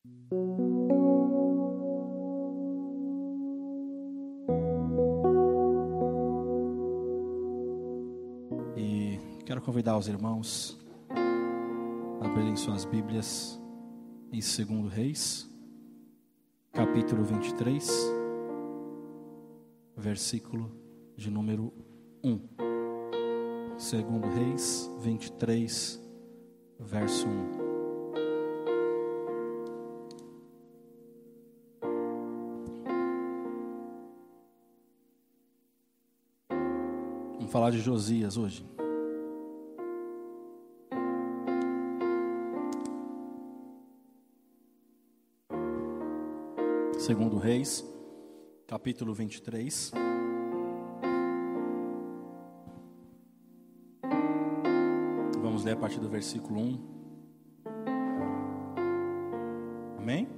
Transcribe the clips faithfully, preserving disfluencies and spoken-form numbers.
E quero convidar os irmãos a abrirem suas Bíblias em Segundo Reis, capítulo vinte e três, versículo de número um. Segundo Reis vinte e três, verso um. Vamos falar de Josias hoje. Segundo Reis, capítulo vinte e três. Vamos ler a partir do versículo um. Amém?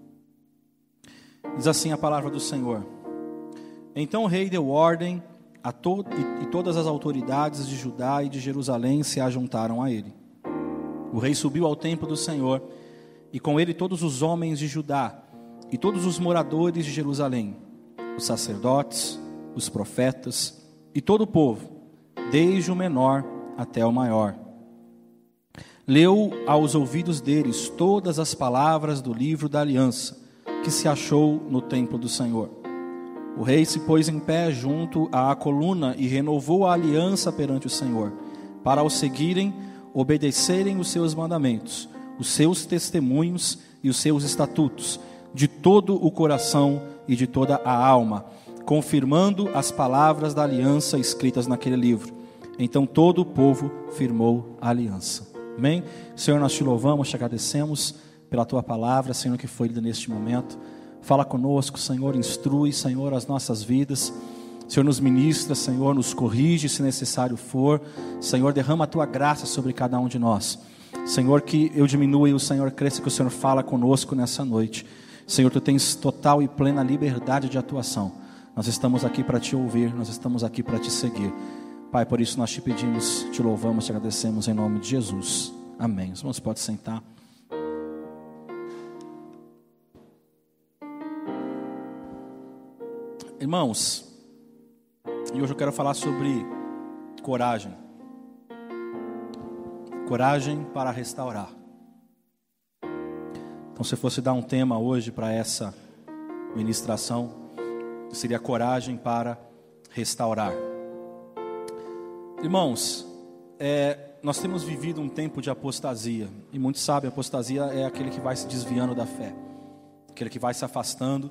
Diz assim a palavra do Senhor. Então o rei deu ordem a to- e, e todas as autoridades de Judá e de Jerusalém se ajuntaram a ele. O rei subiu ao templo do Senhor e com ele todos os homens de Judá e todos os moradores de Jerusalém, os sacerdotes, os profetas e todo o povo, desde o menor até o maior. Leu aos ouvidos deles todas as palavras do livro da aliança que se achou no templo do Senhor. O rei se pôs em pé junto à coluna e renovou a aliança perante o Senhor, para o seguirem, obedecerem os seus mandamentos, os seus testemunhos e os seus estatutos, de todo o coração e de toda a alma, confirmando as palavras da aliança escritas naquele livro. Então todo o povo firmou a aliança. Amém? Senhor, nós te louvamos, te agradecemos pela tua palavra, Senhor, que foi lida neste momento. Fala conosco, Senhor, instrui, Senhor, as nossas vidas. Senhor, nos ministra, Senhor, nos corrige se necessário for. Senhor, derrama a tua graça sobre cada um de nós. Senhor, que eu diminua e o Senhor cresça, que o Senhor fala conosco nessa noite. Senhor, tu tens total e plena liberdade de atuação. Nós estamos aqui para te ouvir, nós estamos aqui para te seguir. Pai, por isso nós te pedimos, te louvamos, te agradecemos em nome de Jesus. Amém. Os irmãos podem sentar. Irmãos, e hoje eu quero falar sobre coragem. Coragem para restaurar. Então, se fosse dar um tema hoje para essa ministração, seria coragem para restaurar. Irmãos, é, nós temos vivido um tempo de apostasia. E muitos sabem, apostasia é aquele que vai se desviando da fé. Aquele que vai se afastando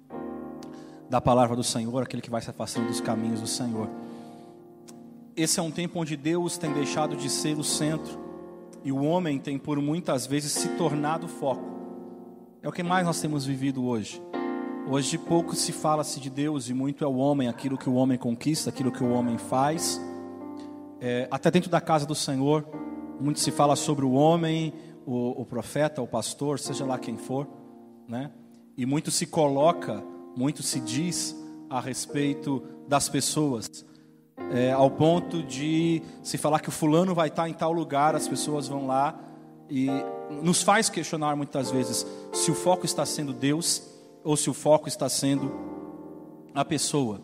da palavra do Senhor, aquele que vai se afastando dos caminhos do Senhor. Esse é um tempo onde Deus tem deixado de ser o centro e o homem tem por muitas vezes se tornado o foco. É o que mais nós temos vivido hoje. Hoje pouco se fala-se de Deus e muito é o homem, aquilo que o homem conquista, aquilo que o homem faz. É, até dentro da casa do Senhor, muito se fala sobre o homem, o, o profeta, o pastor, seja lá quem for, né? E muito se coloca, muito se diz a respeito das pessoas, é, ao ponto de se falar que o fulano vai estar em tal lugar, as pessoas vão lá e nos faz questionar muitas vezes se o foco está sendo Deus ou se o foco está sendo a pessoa.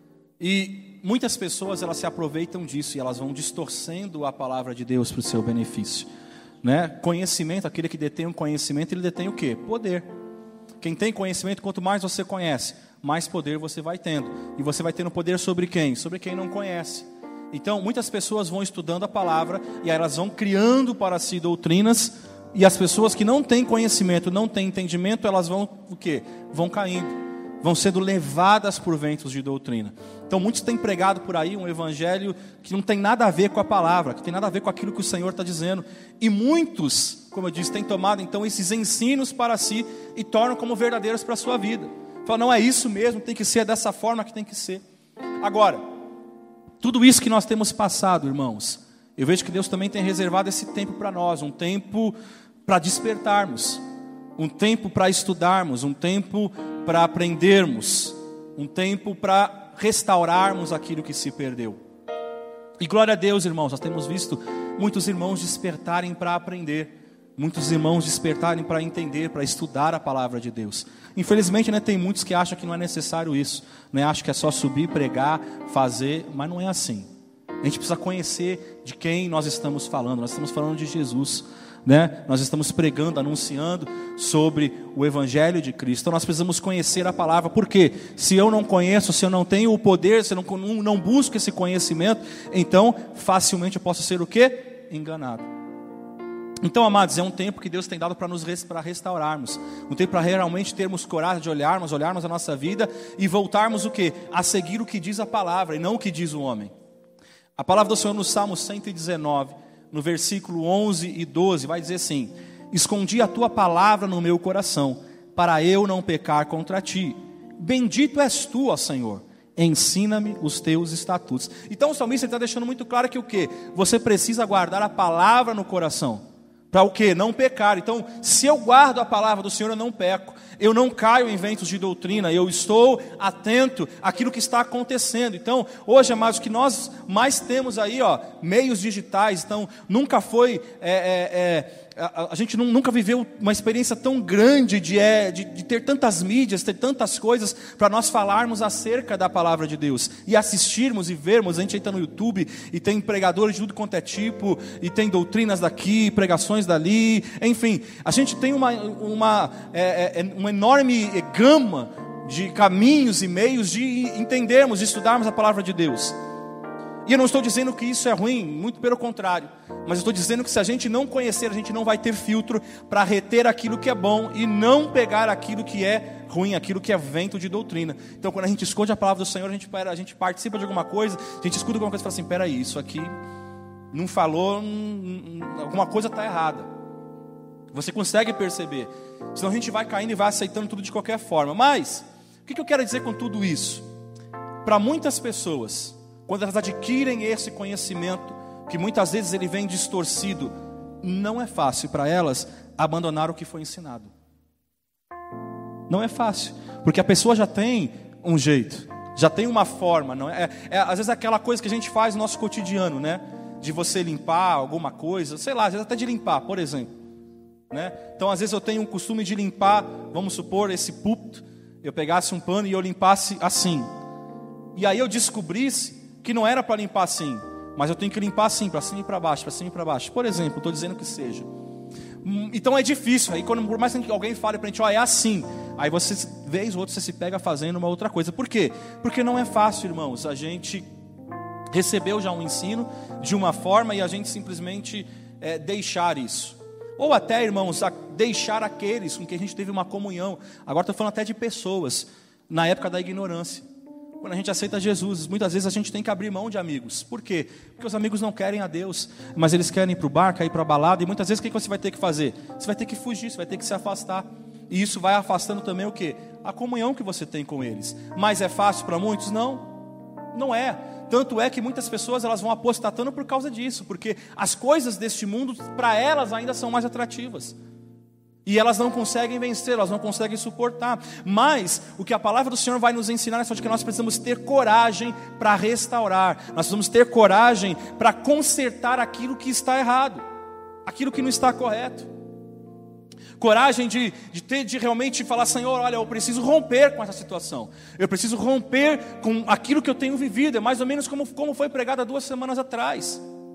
E muitas pessoas elas se aproveitam disso e elas vão distorcendo a palavra de Deus para o seu benefício, né? Conhecimento, aquele que detém um conhecimento, ele detém o quê? Poder. Quem tem conhecimento, quanto mais você conhece, mais poder você vai tendo. E você vai tendo poder sobre quem? Sobre quem não conhece. Então, muitas pessoas vão estudando a palavra e aí elas vão criando para si doutrinas. E as pessoas que não têm conhecimento, não têm entendimento, elas vão o quê? Vão caindo. Vão sendo levadas por ventos de doutrina. Então, muitos têm pregado por aí um evangelho que não tem nada a ver com a palavra, que tem nada a ver com aquilo que o Senhor está dizendo. E muitos, como eu disse, têm tomado então esses ensinos para si e tornam como verdadeiros para a sua vida. Falam, não é isso mesmo, tem que ser dessa forma que tem que ser. Agora, tudo isso que nós temos passado, irmãos, eu vejo que Deus também tem reservado esse tempo para nós, um tempo para despertarmos, um tempo para estudarmos, um tempo para aprendermos, um tempo para restaurarmos aquilo que se perdeu. E glória a Deus, irmãos, nós temos visto muitos irmãos despertarem para aprender. muitos irmãos despertarem para entender, para estudar a palavra de Deus. Infelizmente, né, tem muitos que acham que não é necessário isso, né? Acham que é só subir, pregar, fazer, mas não é assim. A gente precisa conhecer de quem nós estamos falando. Nós estamos falando de Jesus, né? Nós estamos pregando, anunciando sobre o Evangelho de Cristo. Então nós precisamos conhecer a palavra. Porque se eu não conheço, se eu não tenho o poder, se eu não, não busco esse conhecimento, então facilmente eu posso ser o quê? Enganado. Então, amados, é um tempo que Deus tem dado para nos para restaurarmos. Um tempo para realmente termos coragem de olharmos, olharmos a nossa vida e voltarmos o quê? A seguir o que diz a palavra e não o que diz o homem. A palavra do Senhor no Salmo cento e dezenove, no versículo onze e doze, vai dizer assim: escondi a tua palavra no meu coração, para eu não pecar contra ti. Bendito és tu, ó Senhor, ensina-me os teus estatutos. Então o salmista está deixando muito claro que o quê? Você precisa guardar a palavra no coração. Para o quê? Não pecar. Então, se eu guardo a palavra do Senhor, eu não peco. Eu não caio em ventos de doutrina. Eu estou atento àquilo que está acontecendo. Então, hoje, amados, o que nós mais temos aí, ó, meios digitais. Então, nunca foi... É, é, é, a, a gente nunca viveu uma experiência tão grande de, é, de, de ter tantas mídias, ter tantas coisas para nós falarmos acerca da palavra de Deus. E assistirmos e vermos. A gente entra no YouTube e tem pregadores de tudo quanto é tipo. E tem doutrinas daqui, pregações dali, enfim, a gente tem uma, uma, é, é, uma enorme gama de caminhos e meios de entendermos, de estudarmos a palavra de Deus. E eu não estou dizendo que isso é ruim, muito pelo contrário, mas eu estou dizendo que se a gente não conhecer, a gente não vai ter filtro para reter aquilo que é bom e não pegar aquilo que é ruim, aquilo que é vento de doutrina. Então, quando a gente esconde a palavra do Senhor, a gente, a gente participa de alguma coisa, a gente escuta alguma coisa e fala assim: peraí, isso aqui não falou, não, alguma coisa está errada. Você consegue perceber. Senão a gente vai caindo e vai aceitando tudo de qualquer forma. Mas, o que eu quero dizer com tudo isso? Para muitas pessoas, quando elas adquirem esse conhecimento, que muitas vezes ele vem distorcido, não é fácil para elas abandonar o que foi ensinado. Não é fácil, porque a pessoa já tem um jeito, já tem uma forma. Não é, é, às vezes é aquela coisa que a gente faz no nosso cotidiano, né? De você limpar alguma coisa, sei lá, às vezes até de limpar, por exemplo, né? Então às vezes eu tenho um costume de limpar, vamos supor, esse púlpito, eu pegasse um pano e eu limpasse assim, e aí eu descobrisse que não era para limpar assim, mas eu tenho que limpar assim, para cima e para baixo, para cima e para baixo, por exemplo, estou dizendo que seja. Então é difícil, aí quando, por mais que alguém fale para a gente, ó, é assim, aí você, vez ou outra, você se pega fazendo uma outra coisa. Por quê? Porque não é fácil, irmãos, a gente recebeu já um ensino de uma forma e a gente simplesmente é, deixar isso. Ou até, irmãos, a deixar aqueles com quem a gente teve uma comunhão. Agora estou falando até de pessoas, na época da ignorância. Quando a gente aceita Jesus, muitas vezes a gente tem que abrir mão de amigos. Por quê? Porque os amigos não querem a Deus, mas eles querem ir para o bar, querem ir para a balada. E muitas vezes o que você vai ter que fazer? Você vai ter que fugir, você vai ter que se afastar. E isso vai afastando também o quê? A comunhão que você tem com eles. Mas é fácil para muitos? Não, não é. Tanto é que muitas pessoas elas vão apostatando por causa disso, porque as coisas deste mundo, para elas ainda são mais atrativas. E elas não conseguem vencer, elas não conseguem suportar. Mas o que a palavra do Senhor vai nos ensinar é só de que nós precisamos ter coragem para restaurar. Nós precisamos ter coragem para consertar aquilo que está errado, aquilo que não está correto. Coragem de, de, ter, de realmente falar: Senhor, olha, eu preciso romper com essa situação. Eu preciso romper com aquilo que eu tenho vivido. É mais ou menos como, como foi pregado há duas semanas atrás.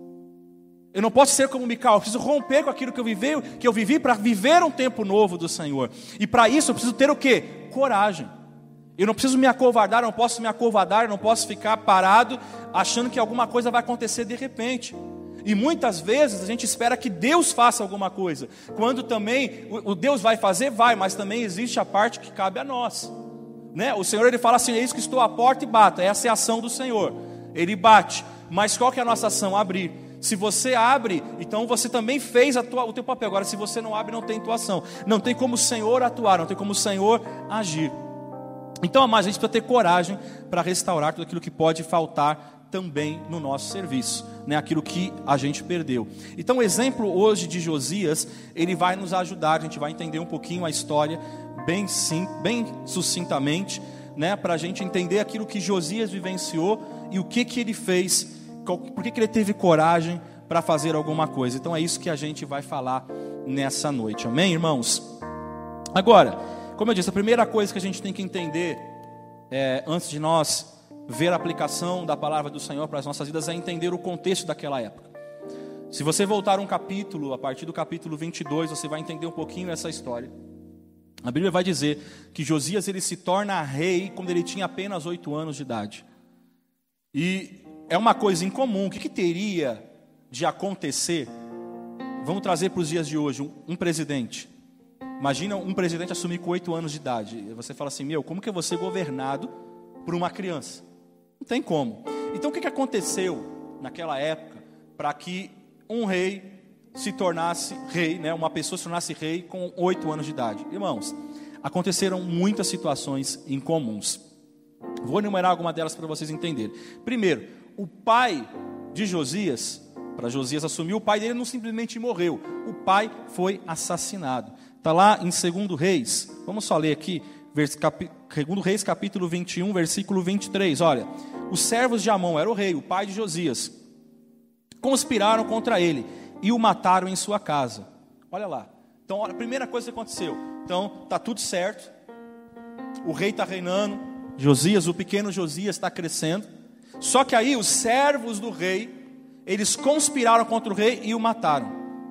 Eu não posso ser como Mical, eu preciso romper com aquilo que eu vivi, que eu vivi para viver um tempo novo do Senhor. E para isso eu preciso ter o quê? Coragem. Eu não preciso me acovardar, eu não posso me acovardar, eu não posso ficar parado achando que alguma coisa vai acontecer de repente. E muitas vezes a gente espera que Deus faça alguma coisa, quando também o Deus vai fazer, vai, mas também existe a parte que cabe a nós, né? O Senhor ele fala assim: é isso que estou à porta e bato. Essa é a ação do Senhor, Ele bate, mas qual que é a nossa ação? Abrir. Se você abre, então você também fez a tua, o teu papel. Agora se você não abre, não tem tua ação. Não tem como o Senhor atuar, não tem como o Senhor agir. Então, amados, a gente precisa ter coragem para restaurar tudo aquilo que pode faltar também no nosso serviço, né? Aquilo que a gente perdeu. Então o exemplo hoje de Josias, ele vai nos ajudar. A gente vai entender um pouquinho a história bem, sim, bem sucintamente, né? Para a gente entender aquilo que Josias vivenciou e o que, que ele fez, por que, que ele teve coragem para fazer alguma coisa. Então é isso que a gente vai falar nessa noite, amém, irmãos? Agora, como eu disse, a primeira coisa que a gente tem que entender, é, antes de nós ver a aplicação da palavra do Senhor para as nossas vidas, é entender o contexto daquela época. Se você voltar um capítulo, a partir do capítulo vinte e dois, você vai entender um pouquinho essa história. A Bíblia vai dizer que Josias ele se torna rei quando ele tinha apenas oito anos de idade. E é uma coisa incomum. O que, que teria de acontecer? Vamos trazer para os dias de hoje um, um presidente. Imagina um presidente assumir com oito anos de idade. E você fala assim, meu, como que eu vou ser governado por uma criança? Não tem como. Então o que, que aconteceu naquela época para que um rei se tornasse rei, né? Uma pessoa se tornasse rei com oito anos de idade? Irmãos, aconteceram muitas situações incomuns. Vou enumerar algumas delas para vocês entenderem. Primeiro, o pai de Josias, para Josias assumir, o pai dele não simplesmente morreu. O pai foi assassinado. Está lá em Segundo Reis, vamos só ler aqui, Segundo Reis capítulo vinte e um, versículo vinte e três, olha. Os servos de Amon, era o rei, o pai de Josias, conspiraram contra ele e o mataram em sua casa. Olha lá. Então, olha, a primeira coisa que aconteceu. Então, está tudo certo. O rei está reinando. Josias, o pequeno Josias está crescendo. Só que aí os servos do rei, eles conspiraram contra o rei e o mataram.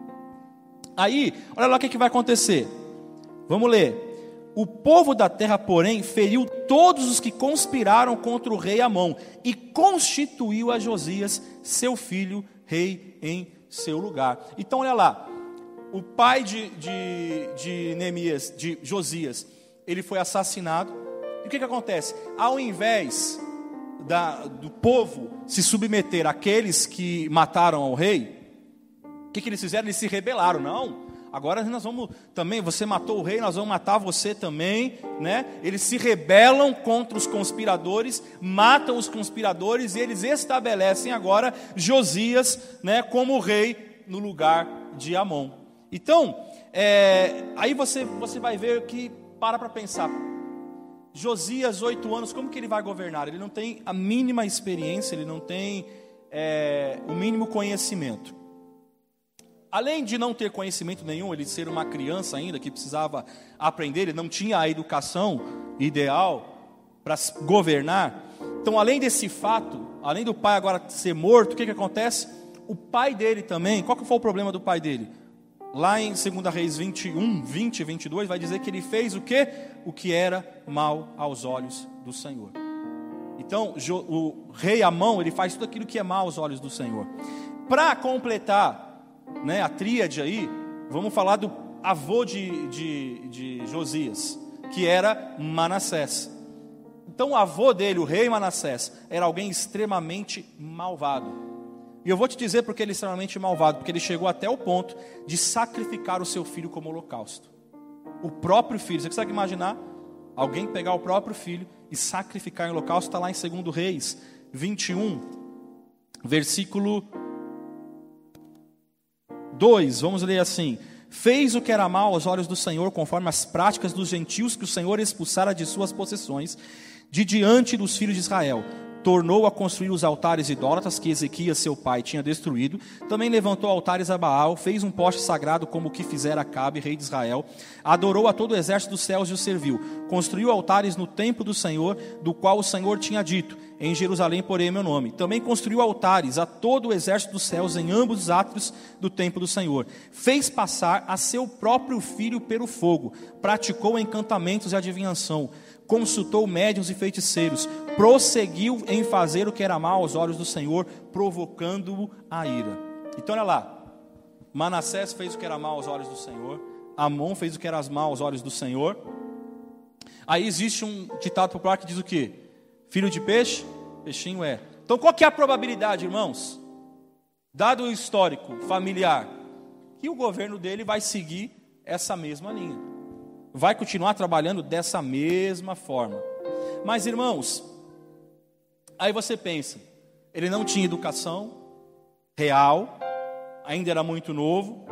Aí, olha lá o que, que vai acontecer. Vamos ler. O povo da terra, porém, feriu todos os que conspiraram contra o rei Amon e constituiu a Josias, seu filho, rei em seu lugar. Então, olha lá. O pai de, de, de Neemias, de Josias, ele foi assassinado. E o que, que acontece? Ao invés da, do povo se submeter àqueles que mataram ao rei, o que, que eles fizeram? Eles se rebelaram. Não, agora nós vamos também, você matou o rei, nós vamos matar você também, né? Eles se rebelam contra os conspiradores, matam os conspiradores e eles estabelecem agora Josias, né, como rei no lugar de Amon. Então, é, aí você, você vai ver que, para para pensar, Josias, oito anos, como que ele vai governar? Ele não tem a mínima experiência, ele não tem é, o mínimo conhecimento. Além de não ter conhecimento nenhum, ele ser uma criança ainda, que precisava aprender, ele não tinha a educação ideal para governar. Então, além desse fato, além do pai agora ser morto, o que, que acontece? O pai dele também, qual que foi o problema do pai dele? Lá em Segunda Reis vinte e um, vinte e vinte e dois, vai dizer que ele fez o quê? O que era mal aos olhos do Senhor. Então, o rei Amon, ele faz tudo aquilo que é mal aos olhos do Senhor. Para completar, né, a tríade aí, vamos falar do avô de, de, de Josias, que era Manassés. Então, o avô dele, o rei Manassés, era alguém extremamente malvado. E eu vou te dizer porque ele é extremamente malvado, porque ele chegou até o ponto de sacrificar o seu filho como holocausto. O próprio filho, você consegue imaginar? Alguém pegar o próprio filho e sacrificar em holocausto? Está lá em Segundo Reis vinte e um, versículo dois, vamos ler assim. Fez o que era mal aos olhos do Senhor, conforme as práticas dos gentios que o Senhor expulsara de suas possessões, de diante dos filhos de Israel. Tornou a construir os altares idólatras que Ezequias, seu pai, tinha destruído. Também levantou altares a Baal, fez um poste sagrado como o que fizera Acabe, rei de Israel. Adorou a todo o exército dos céus e o serviu. Construiu altares no templo do Senhor, do qual o Senhor tinha dito: em Jerusalém porém meu nome. Também construiu altares a todo o exército dos céus em ambos os átrios do templo do Senhor. Fez passar a seu próprio filho pelo fogo. Praticou encantamentos e adivinhação. Consultou médiuns e feiticeiros, prosseguiu em fazer o que era mal aos olhos do Senhor, provocando-o a ira. Então olha lá, Manassés fez o que era mal aos olhos do Senhor, Amon fez o que era mal aos olhos do Senhor. Aí existe um ditado popular que diz o quê? Filho de peixe, peixinho é. Então qual que é a probabilidade, irmãos? Dado o histórico familiar, que o governo dele vai seguir essa mesma linha. Vai continuar trabalhando dessa mesma forma. Mas, irmãos, aí você pensa, ele não tinha educação real, ainda era muito novo,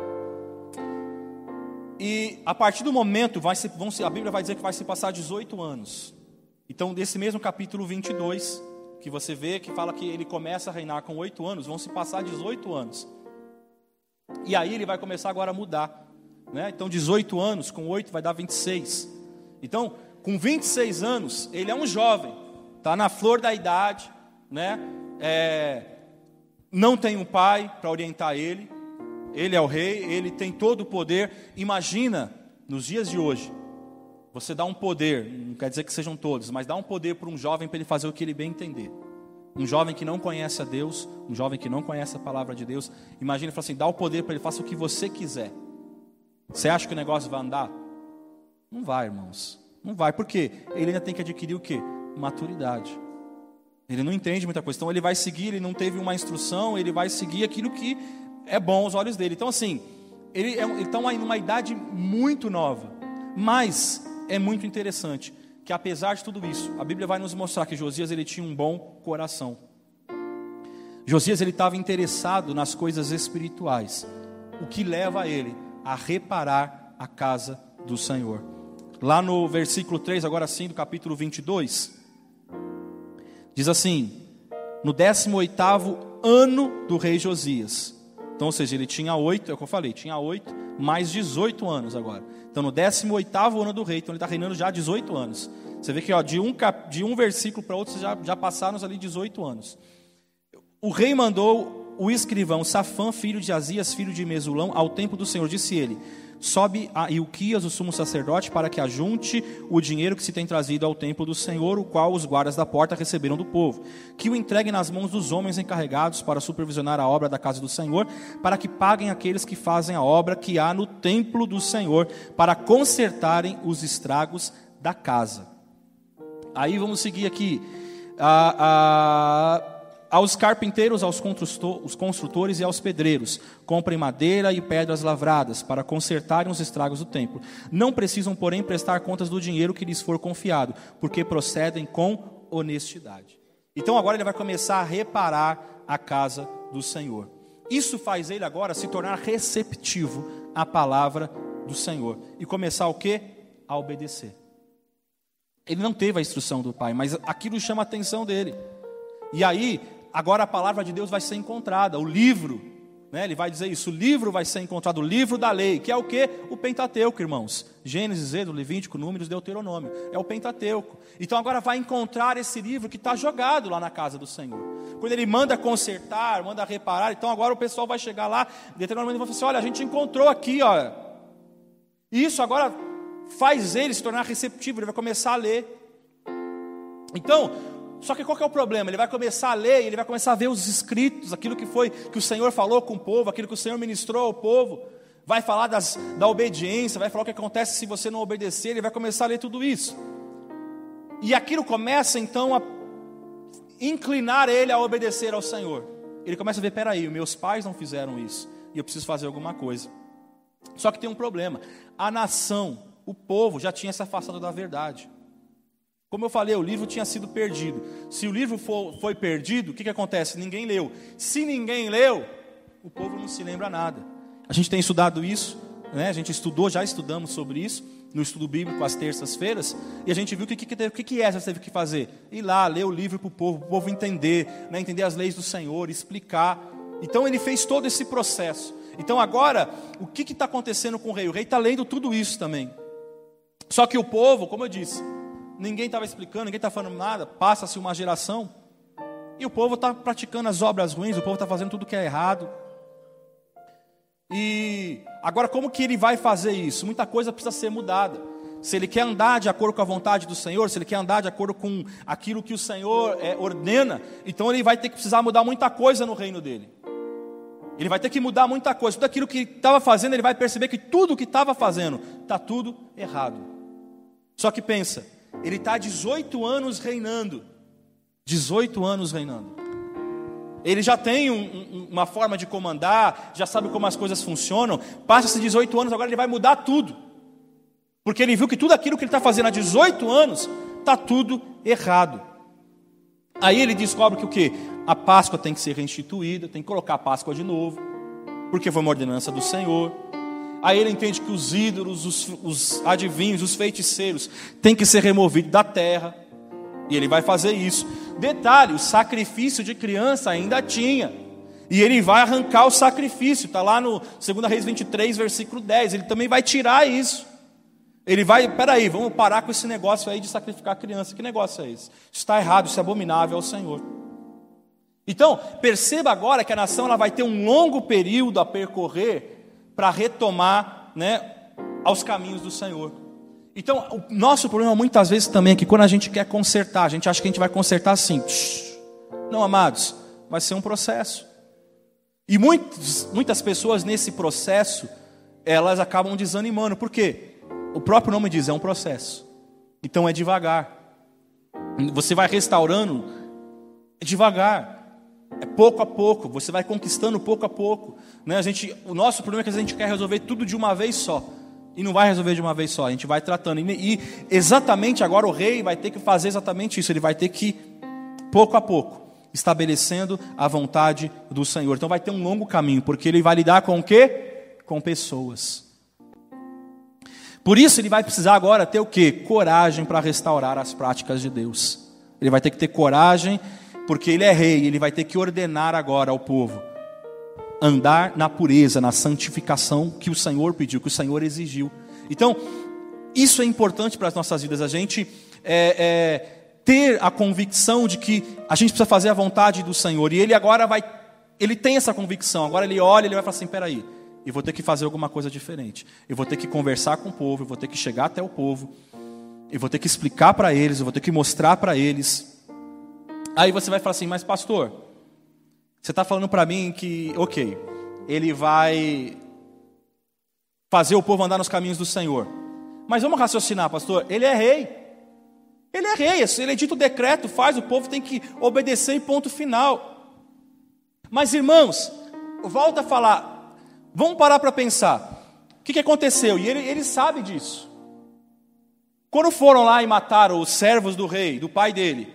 e a partir do momento, vai se, vão se, a Bíblia vai dizer que vai se passar dezoito anos. Então, desse mesmo capítulo vinte e dois, que você vê, que fala que ele começa a reinar com oito anos, vão se passar dezoito anos. E aí ele vai começar agora a mudar, né? Então dezoito anos, com oito vai dar vinte e seis. Então, com vinte e seis anos, ele é um jovem, está na flor da idade, né? É, não tem um pai para orientar ele, ele é o rei, ele tem todo o poder. Imagina, nos dias de hoje, você dá um poder, não quer dizer que sejam todos, mas dá um poder para um jovem para ele fazer o que ele bem entender. Um jovem que não conhece a Deus, um jovem que não conhece a palavra de Deus, imagina, fala assim, dá o poder para ele, faça o que você quiser. Você acha que o negócio vai andar? Não vai, irmãos. Não vai, por quê? Ele ainda tem que adquirir o quê? Maturidade. Ele não entende muita coisa, então ele vai seguir, ele não teve uma instrução, ele vai seguir aquilo que é bom aos olhos dele. Então assim, ele é, estão aí numa idade muito nova, mas é muito interessante, que apesar de tudo isso, a Bíblia vai nos mostrar que Josias ele tinha um bom coração. Josias ele estava interessado nas coisas espirituais, o que leva a ele a reparar a casa do Senhor. Lá no versículo três, agora sim, do capítulo vinte e dois, diz assim, no décimo oitavo ano do rei Josias. Então, ou seja, ele tinha oito, é o que eu falei, tinha oito, mais dezoito anos agora. Então, no décimo oitavo ano do rei, então ele está reinando já há dezoito anos. Você vê que ó, de, um cap, de um versículo para outro, já, já passaram ali dezoito anos. O rei mandou o escrivão Safã, filho de Azias, filho de Mesulão, ao templo do Senhor. Disse ele, sobe a Ilquias, o sumo sacerdote, para que ajunte o dinheiro que se tem trazido ao templo do Senhor, o qual os guardas da porta receberam do povo, que o entregue nas mãos dos homens encarregados para supervisionar a obra da casa do Senhor, para que paguem aqueles que fazem a obra que há no templo do Senhor, para consertarem os estragos da casa. Aí vamos seguir aqui, a, a, aos carpinteiros, aos construtores e aos pedreiros, comprem madeira e pedras lavradas, para consertarem os estragos do templo. Não precisam, porém, prestar contas do dinheiro que lhes for confiado, porque procedem com honestidade. Então agora ele vai começar a reparar a casa do Senhor. Isso faz ele agora se tornar receptivo à palavra do Senhor, e começar o quê? A obedecer. Ele não teve a instrução do pai, mas aquilo chama a atenção dele. E aí, agora a palavra de Deus vai ser encontrada, o livro, né, ele vai dizer isso, o livro vai ser encontrado, o livro da lei, que é o quê? O Pentateuco, irmãos. Gênesis, Êxodo, Levítico, Números, Deuteronômio, é o Pentateuco. Então agora vai encontrar esse livro que está jogado lá na casa do Senhor. Quando ele manda consertar, manda reparar, então agora o pessoal vai chegar lá, Deuteronômio vai falar assim, olha, a gente encontrou aqui, ó. Isso agora faz ele se tornar receptivo, ele vai começar a ler. Então, só que qual que é o problema? Ele vai começar a ler, ele vai começar a ver os escritos, aquilo que foi, que o Senhor falou com o povo, aquilo que o Senhor ministrou ao povo, vai falar das, da obediência, vai falar o que acontece se você não obedecer, ele vai começar a ler tudo isso. E aquilo começa então a inclinar ele a obedecer ao Senhor. Ele começa a ver, peraí, meus pais não fizeram isso, e eu preciso fazer alguma coisa. Só que tem um problema, a nação, o povo já tinha se afastado da verdade. Como eu falei, o livro tinha sido perdido. Se o livro for, foi perdido, o que, que acontece? Ninguém leu. Se ninguém leu, o povo não se lembra nada. A gente tem estudado isso, né? A gente estudou, já estudamos sobre isso, no estudo bíblico às terças-feiras, e a gente viu o que, que, que, que, que Esdras teve que fazer. Ir lá, ler o livro para o povo, para o povo entender, né? Entender as leis do Senhor, explicar. Então ele fez todo esse processo. Então agora, o que está acontecendo com o rei? O rei está lendo tudo isso também. Só que o povo, como eu disse, ninguém estava explicando, ninguém está falando nada, passa-se uma geração, e o povo está praticando as obras ruins, o povo está fazendo tudo que é errado. E agora como que ele vai fazer isso? Muita coisa precisa ser mudada. Se ele quer andar de acordo com a vontade do Senhor, se ele quer andar de acordo com aquilo que o Senhor é, ordena, então ele vai ter que precisar mudar muita coisa no reino dele. Ele vai ter que mudar muita coisa. Tudo aquilo que estava fazendo, ele vai perceber que tudo que estava fazendo está tudo errado. Só que pensa, ele está há dezoito anos reinando. dezoito anos reinando. Ele já tem um, um, uma forma de comandar, já sabe como as coisas funcionam. Passa-se dezoito anos, agora ele vai mudar tudo. Porque ele viu que tudo aquilo que ele está fazendo há dezoito anos está tudo errado. Aí ele descobre que o quê? A Páscoa tem que ser reinstituída, tem que colocar a Páscoa de novo, porque foi uma ordenança do Senhor. Aí ele entende que os ídolos, os, os adivinhos, os feiticeiros têm que ser removidos da terra, e ele vai fazer isso. Detalhe, o sacrifício de criança ainda tinha. E ele vai arrancar o sacrifício. Está lá no dois Reis vinte e três, versículo dez. Ele também vai tirar isso. Ele vai, peraí, vamos parar com esse negócio aí de sacrificar a criança. Que negócio é esse? Isso está errado, isso é abominável ao Senhor. Então, perceba agora que a nação ela vai ter um longo período a percorrer para retomar, né, aos caminhos do Senhor. Então, o nosso problema muitas vezes também é que quando a gente quer consertar, a gente acha que a gente vai consertar assim. Não, amados, vai ser um processo. E muitos, muitas pessoas nesse processo, elas acabam desanimando. Por quê? O próprio nome diz, é um processo. Então é devagar. Você vai restaurando, é devagar. É pouco a pouco, você vai conquistando pouco a pouco. Né? A gente, o nosso problema é que a gente quer resolver tudo de uma vez só. E não vai resolver de uma vez só, a gente vai tratando. E, e exatamente agora o rei vai ter que fazer exatamente isso. Ele vai ter que, pouco a pouco, estabelecendo a vontade do Senhor. Então vai ter um longo caminho, porque ele vai lidar com o quê? Com pessoas. Por isso ele vai precisar agora ter o quê? Coragem para restaurar as práticas de Deus. Ele vai ter que ter coragem, porque ele é rei, ele vai ter que ordenar agora ao povo andar na pureza, na santificação que o Senhor pediu, que o Senhor exigiu. Então, isso é importante para as nossas vidas, a gente é, é, ter a convicção de que a gente precisa fazer a vontade do Senhor. E ele agora vai, ele tem essa convicção, agora ele olha, ele vai falar assim, peraí, eu vou ter que fazer alguma coisa diferente. Eu vou ter que conversar com o povo, eu vou ter que chegar até o povo, eu vou ter que explicar para eles, eu vou ter que mostrar para eles. Aí você vai falar assim, mas pastor, você está falando para mim que, ok, ele vai fazer o povo andar nos caminhos do Senhor. Mas vamos raciocinar, pastor, ele é rei. Ele é rei, ele edita o decreto, faz, o povo tem que obedecer e ponto final. Mas irmãos, volta a falar, vamos parar para pensar. O que, que aconteceu? E ele, ele sabe disso. Quando foram lá e mataram os servos do rei, do pai dele,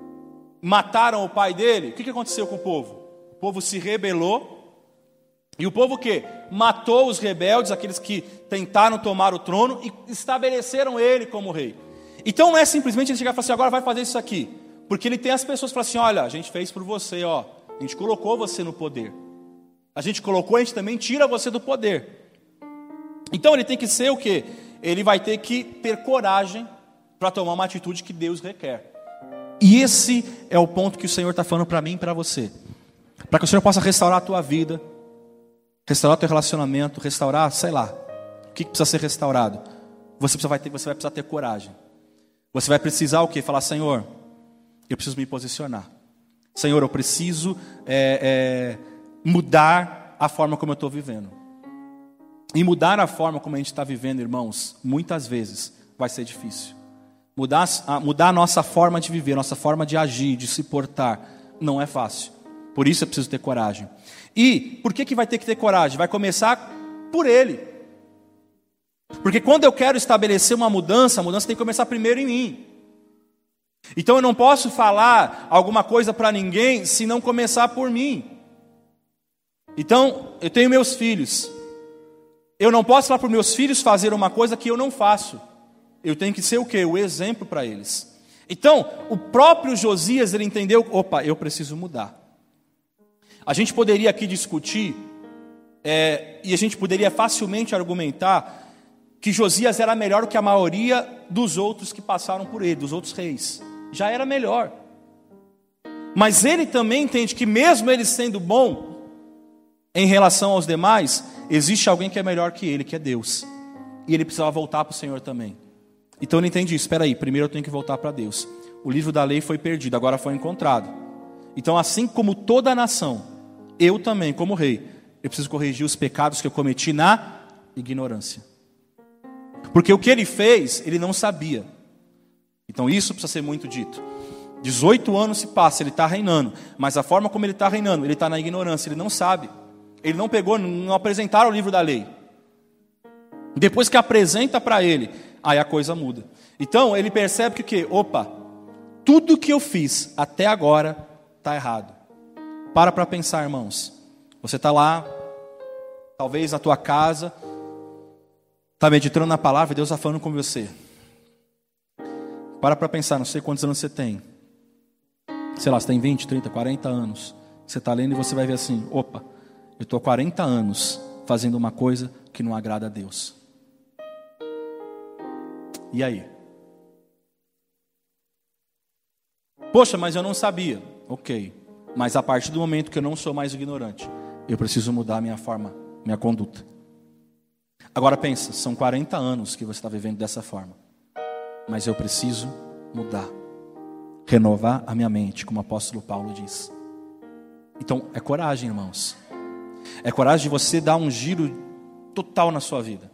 mataram o pai dele, o que, que aconteceu com o povo? O povo se rebelou. E o povo o quê? Matou os rebeldes, aqueles que tentaram tomar o trono e estabeleceram ele como rei. Então não é simplesmente ele chegar e falar assim, agora vai fazer isso aqui. Porque ele tem as pessoas que falam assim, olha, a gente fez por você, ó. A gente colocou você no poder. A gente colocou, a gente também tira você do poder. Então ele tem que ser o quê? Ele vai ter que ter coragem para tomar uma atitude que Deus requer. E esse é o ponto que o Senhor está falando para mim e para você. Para que o Senhor possa restaurar a tua vida, restaurar o teu relacionamento, restaurar, sei lá, o que precisa ser restaurado. Você, precisa, vai ter, você vai precisar ter coragem. Você vai precisar o quê? Falar, Senhor, eu preciso me posicionar. Senhor, eu preciso é, é, mudar a forma como eu estou vivendo. E mudar a forma como a gente está vivendo, irmãos, muitas vezes vai ser difícil. Mudar a, mudar a nossa forma de viver, nossa forma de agir, de se portar, não é fácil. Por isso é preciso ter coragem. E por que, que vai ter que ter coragem? Vai começar por ele. Porque quando eu quero estabelecer uma mudança, a mudança tem que começar primeiro em mim. Então eu não posso falar alguma coisa para ninguém se não começar por mim. Então, eu tenho meus filhos. Eu não posso falar para os meus filhos fazer uma coisa que eu não faço. Eu tenho que ser o quê? O exemplo para eles. Então, o próprio Josias, ele entendeu, opa, eu preciso mudar. A gente poderia aqui discutir, é, e a gente poderia facilmente argumentar, que Josias era melhor que a maioria dos outros que passaram por ele, dos outros reis. Já era melhor. Mas ele também entende que mesmo ele sendo bom, em relação aos demais, existe alguém que é melhor que ele, que é Deus. E ele precisava voltar para o Senhor também. Então ele entende isso, espera aí, primeiro eu tenho que voltar para Deus. O livro da lei foi perdido, agora foi encontrado. Então assim como toda a nação, eu também, como rei, eu preciso corrigir os pecados que eu cometi na ignorância. Porque o que ele fez, ele não sabia. Então isso precisa ser muito dito. dezoito anos se passa, ele está reinando. Mas a forma como ele está reinando, ele está na ignorância, ele não sabe. Ele não pegou, não apresentaram o livro da lei. Depois que apresenta para ele, aí a coisa muda. Então ele percebe que o quê? Opa, tudo que eu fiz até agora está errado. Para para pensar, irmãos. Você está lá, talvez na tua casa, está meditando na palavra e Deus está falando com você. Para para pensar, não sei quantos anos você tem. Sei lá, você tem vinte, trinta, quarenta anos. Você está lendo e você vai ver assim, opa, eu estou há quarenta anos fazendo uma coisa que não agrada a Deus. E aí? Poxa, mas eu não sabia. Ok, mas a partir do momento que eu não sou mais ignorante, eu preciso mudar a minha forma, minha conduta. Agora pensa, são quarenta anos que você está vivendo dessa forma. Mas eu preciso mudar. Renovar a minha mente, como o apóstolo Paulo diz. Então, é coragem, irmãos. É coragem de você dar um giro total na sua vida.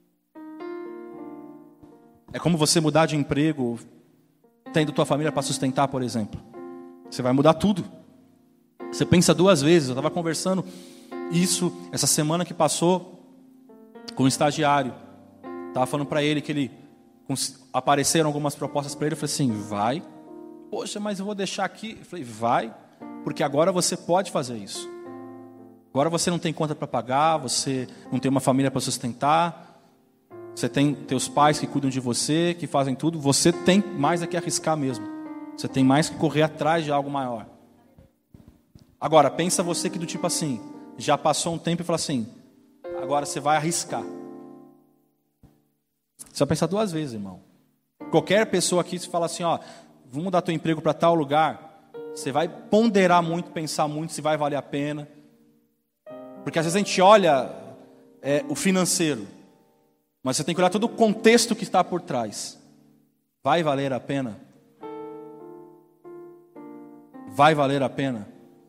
É como você mudar de emprego, tendo tua família para sustentar, por exemplo. Você vai mudar tudo. Você pensa duas vezes. Eu estava conversando isso essa semana que passou com um estagiário. Estava falando para ele que ele apareceram algumas propostas para ele. Eu falei assim, vai. Poxa, mas eu vou deixar aqui. Eu falei, vai, porque agora você pode fazer isso. Agora você não tem conta para pagar, você não tem uma família para sustentar, você tem teus pais que cuidam de você, que fazem tudo. Você tem mais é que arriscar mesmo. Você tem mais que correr atrás de algo maior. Agora, pensa você que do tipo assim, já passou um tempo e fala assim, agora você vai arriscar. Você vai pensar duas vezes, irmão. Qualquer pessoa aqui se fala assim, ó, vamos mudar teu emprego para tal lugar, você vai ponderar muito, pensar muito se vai valer a pena. Porque às vezes a gente olha é, o financeiro, mas você tem que olhar todo o contexto que está por trás. Vai valer a pena? Vai valer a pena?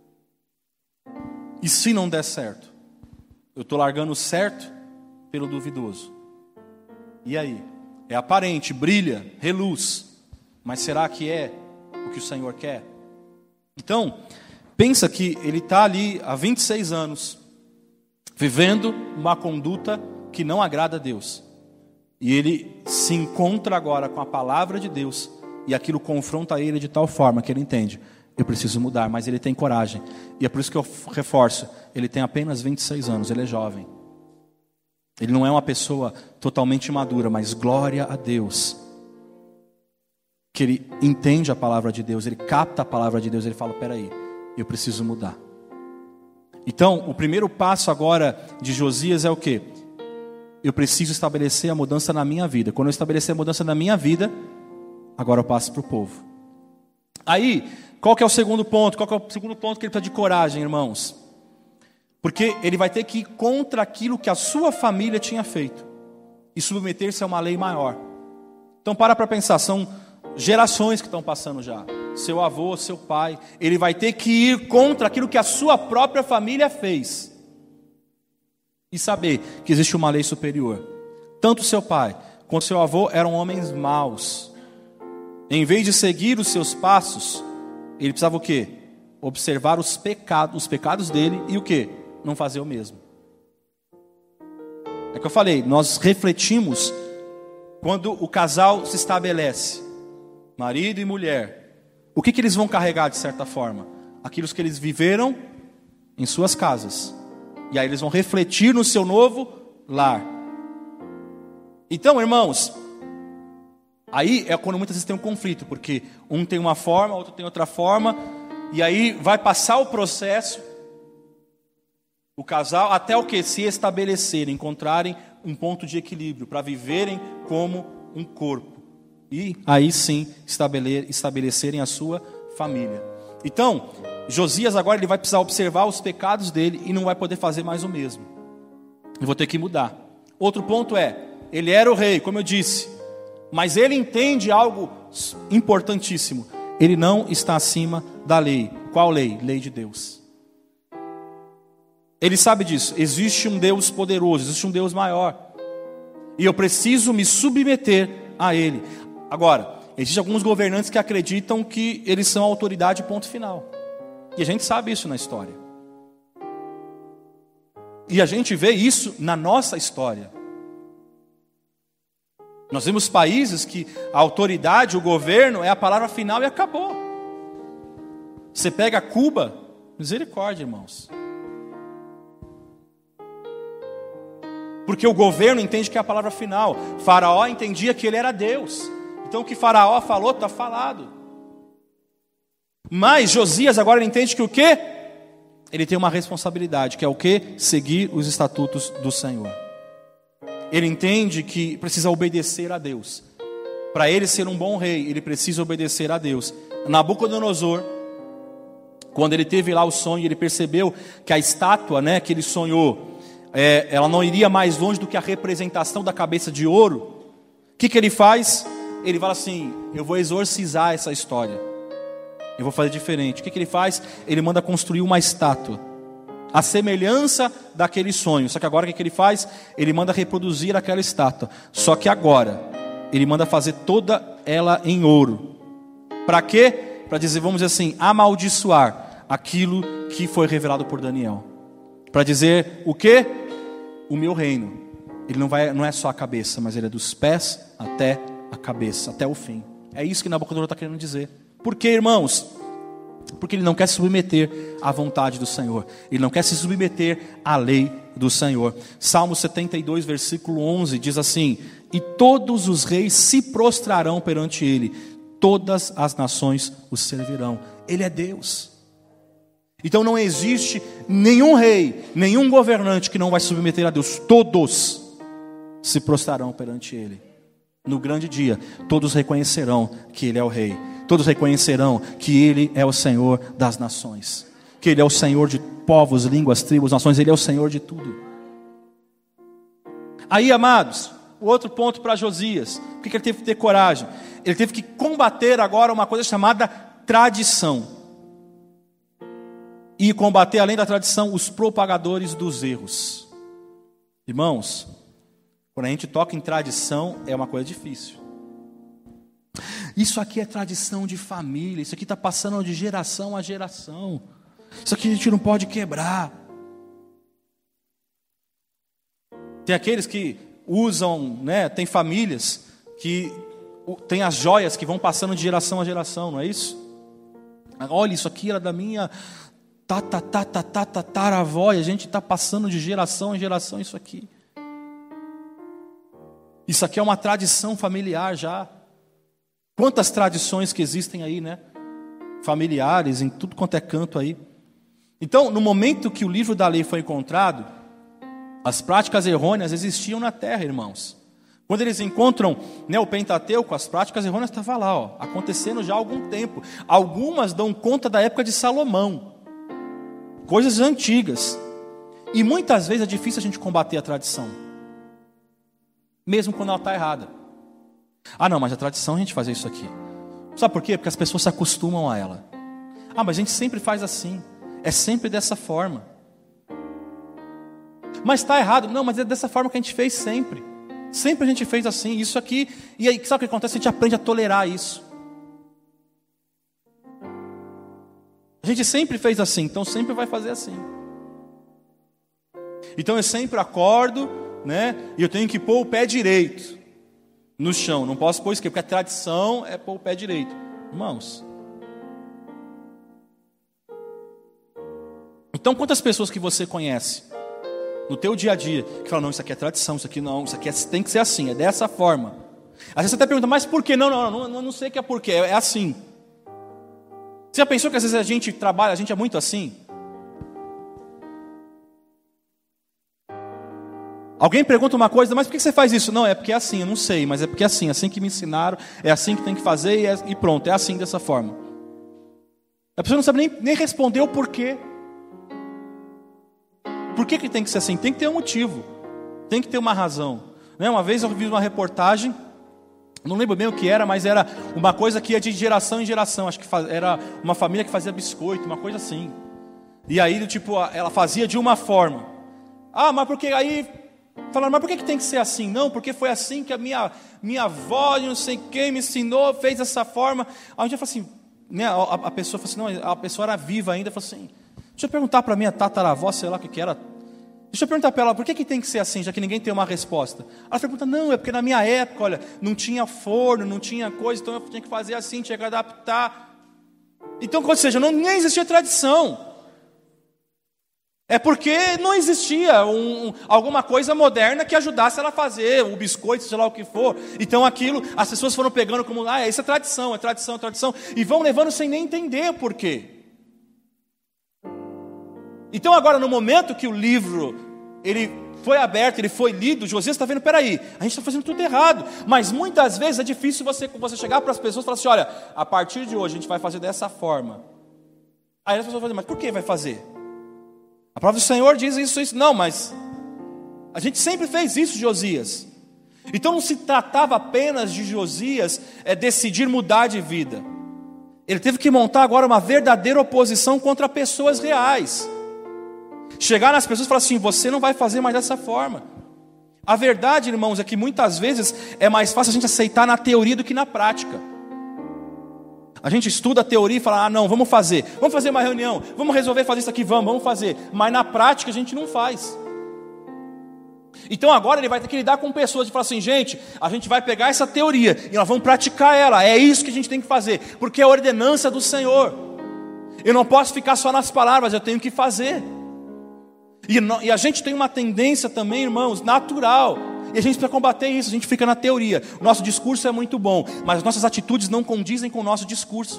E se não der certo? Eu estou largando o certo pelo duvidoso. E aí? É aparente, brilha, reluz. Mas será que é o que o Senhor quer? Então, pensa que ele está ali há vinte e seis anos, vivendo uma conduta que não agrada a Deus. E ele se encontra agora com a palavra de Deus, e aquilo confronta ele de tal forma que ele entende, eu preciso mudar, mas ele tem coragem. E é por isso que eu reforço, ele tem apenas vinte e seis anos, ele é jovem. Ele não é uma pessoa totalmente madura, mas glória a Deus, que ele entende a palavra de Deus, ele capta a palavra de Deus, ele fala, peraí, eu preciso mudar. Então, o primeiro passo agora de Josias é o quê? Eu preciso estabelecer a mudança na minha vida. Quando eu estabelecer a mudança na minha vida, agora eu passo para o povo. Aí, qual que é o segundo ponto? Qual que é o segundo ponto que ele precisa de coragem, irmãos? Porque ele vai ter que ir contra aquilo que a sua família tinha feito e submeter-se a uma lei maior. Então, para para pensar, são gerações que estão passando já. Seu avô, seu pai, ele vai ter que ir contra aquilo que a sua própria família fez. E saber que existe uma lei superior. Tanto seu pai quanto seu avô eram homens maus. Em vez de seguir os seus passos, ele precisava o quê? Observar os pecados, os pecados dele e o quê? Não fazer o mesmo. É que eu falei, nós refletimos quando o casal se estabelece, marido e mulher, o que, que eles vão carregar de certa forma? Aquilo que eles viveram em suas casas. E aí eles vão refletir no seu novo lar. Então, irmãos, aí é quando muitas vezes tem um conflito, porque um tem uma forma, outro tem outra forma, e aí vai passar o processo, o casal, até o que? Se estabelecerem, encontrarem um ponto de equilíbrio, para viverem como um corpo. E aí sim estabelecer, estabelecerem a sua família. Então, Josias agora ele vai precisar observar os pecados dele e não vai poder fazer mais o mesmo. Eu vou ter que mudar. Outro ponto é, ele era o rei, como eu disse, mas ele entende algo importantíssimo. Ele não está acima da lei. Qual lei? Lei de Deus. Ele sabe disso. Existe um Deus poderoso, existe um Deus maior. E eu preciso me submeter a Ele. Agora, existem alguns governantes que acreditam que eles são a autoridade, ponto final. E a gente sabe isso na história. E a gente vê isso na nossa história. Nós vemos países que a autoridade, o governo, é a palavra final e acabou. Você pega Cuba, misericórdia, irmãos. Porque o governo entende que é a palavra final. Faraó entendia que ele era Deus. Então o que Faraó falou, está falado. Mas Josias agora ele entende que o quê? ele tem uma responsabilidade, que é o quê? Seguir os estatutos do Senhor. Ele entende que precisa obedecer a Deus. Para ele ser um bom rei, ele precisa obedecer a Deus. Nabucodonosor, quando ele teve lá o sonho, ele percebeu que a estátua, né, que ele sonhou, é, ela não iria mais longe do que a representação da cabeça de ouro. O que, que ele faz? Ele fala assim, eu vou exorcizar essa história. Eu vou fazer diferente. O que, que ele faz? Ele manda construir uma estátua, a semelhança daquele sonho. Só que agora o que, que ele faz? Ele manda reproduzir aquela estátua. Só que agora, ele manda fazer toda ela em ouro. Para quê? Para dizer, vamos dizer assim, amaldiçoar aquilo que foi revelado por Daniel. Para dizer o quê? O meu reino. Ele não, vai, não é só a cabeça, mas ele é dos pés até a cabeça, até o fim. É isso que Nabucodonosor está querendo dizer. Por quê, irmãos? Porque ele não quer se submeter à vontade do Senhor. Ele não quer se submeter à lei do Senhor. Salmo setenta e dois, versículo onze, diz assim: e todos os reis se prostrarão perante ele, todas as nações o servirão. Ele é Deus. Então não existe nenhum rei, nenhum governante que não vai se submeter a Deus. Todos se prostrarão perante ele. No grande dia, todos reconhecerão que ele é o rei. Todos reconhecerão que ele é o Senhor das nações. Que ele é o Senhor de povos, línguas, tribos, nações. Ele é o Senhor de tudo. Aí, amados, o outro ponto para Josias. Por que ele teve que ter coragem? Ele teve que combater agora uma coisa chamada tradição. E combater, além da tradição, os propagadores dos erros. Irmãos, quando a gente toca em tradição, é uma coisa difícil. Isso aqui é tradição de família. Isso aqui está passando de geração a geração. Isso aqui a gente não pode quebrar. Tem aqueles que usam, né, tem famílias que tem as joias que vão passando de geração a geração, não é isso? Olha, isso aqui era da minha tataravó, e a gente está passando de geração em geração isso aqui. Isso aqui é uma tradição familiar já. Quantas tradições que existem aí, né? Familiares, em tudo quanto é canto aí. Então, no momento que o livro da lei foi encontrado, as práticas errôneas existiam na terra, irmãos. Quando eles encontram, né, o Pentateuco, as práticas errôneas estavam lá, ó, acontecendo já há algum tempo. Algumas dão conta da época de Salomão. Coisas antigas. E muitas vezes é difícil a gente combater a tradição. Mesmo quando ela está errada. Ah não, mas a tradição é a gente fazer isso aqui. Sabe por quê? Porque as pessoas se acostumam a ela. Ah, mas a gente sempre faz assim. É sempre dessa forma. Mas está errado. Não, mas é dessa forma que a gente fez sempre. Sempre a gente fez assim, isso aqui. E aí, sabe o que acontece? A gente aprende a tolerar isso. A gente sempre fez assim, então sempre vai fazer assim. Então eu sempre acordo, né? E eu tenho que pôr o pé direito no chão. Não posso pôr esquerdo, porque a tradição é pôr o pé direito. Irmãos. Então quantas pessoas que você conhece no teu dia a dia que falam, não, isso aqui é tradição, isso aqui não, isso aqui é, tem que ser assim, é dessa forma. Às vezes você até pergunta, mas por que? Não, não, não, não, não sei que é por quê, é, é assim. Você já pensou que às vezes a gente trabalha, a gente é muito assim? Alguém pergunta uma coisa, mas por que você faz isso? Não, é porque é assim, eu não sei, mas é porque é assim, é assim que me ensinaram, é assim que tem que fazer e, é, e pronto, é assim dessa forma. A pessoa não sabe nem, nem responder o porquê. Por que que tem que ser assim? Tem que ter um motivo, tem que ter uma razão. Né? Uma vez eu vi uma reportagem, não lembro bem o que era, mas era uma coisa que ia de geração em geração. Acho que era uma família que fazia biscoito, uma coisa assim. E aí, tipo, ela fazia de uma forma. Ah, mas porque aí... Falaram, mas por que que tem que ser assim? Não, porque foi assim que a minha, minha avó, não sei quem, me ensinou, fez dessa forma. Aí um dia eu falei assim, né, a, a pessoa falou assim, não, a pessoa era viva ainda, falou assim, deixa eu perguntar para a minha tataravó, sei lá o que que era. Deixa eu perguntar para ela, por que que tem que ser assim, já que ninguém tem uma resposta? Ela pergunta, não, é porque na minha época, olha, não tinha forno, não tinha coisa, então eu tinha que fazer assim, tinha que adaptar. Então, ou seja, não, nem existia tradição. É porque não existia um, alguma coisa moderna que ajudasse ela a fazer o biscoito, sei lá o que for. Então aquilo, as pessoas foram pegando como, ah, isso é tradição, é tradição, é tradição. E vão levando sem nem entender o porquê. Então agora, no momento que o livro ele foi aberto, ele foi lido, Josias está vendo, peraí, a gente está fazendo tudo errado. Mas muitas vezes é difícil você, você chegar para as pessoas e falar assim, olha, a partir de hoje a gente vai fazer dessa forma. Aí as pessoas vão dizer, mas por que vai fazer? A palavra do Senhor diz isso, isso. Não, mas a gente sempre fez isso, Josias. Então não se tratava apenas de Josias é, decidir mudar de vida. Ele teve que montar agora uma verdadeira oposição contra pessoas reais. Chegar nas pessoas e falar assim, você não vai fazer mais dessa forma. A verdade, irmãos, é que muitas vezes é mais fácil a gente aceitar na teoria do que na prática. A gente estuda a teoria e fala, ah não, vamos fazer. Vamos fazer uma reunião, vamos resolver fazer isso aqui, vamos, vamos fazer. Mas na prática a gente não faz. Então agora ele vai ter que lidar com pessoas e falar assim, gente, a gente vai pegar essa teoria e nós vamos praticar ela. É isso que a gente tem que fazer, porque é a ordenança do Senhor. Eu não posso ficar só nas palavras, eu tenho que fazer. E, no, e a gente tem uma tendência também, irmãos, natural. E a gente precisa combater isso, a gente fica na teoria. O nosso discurso é muito bom, mas as nossas atitudes não condizem com o nosso discurso.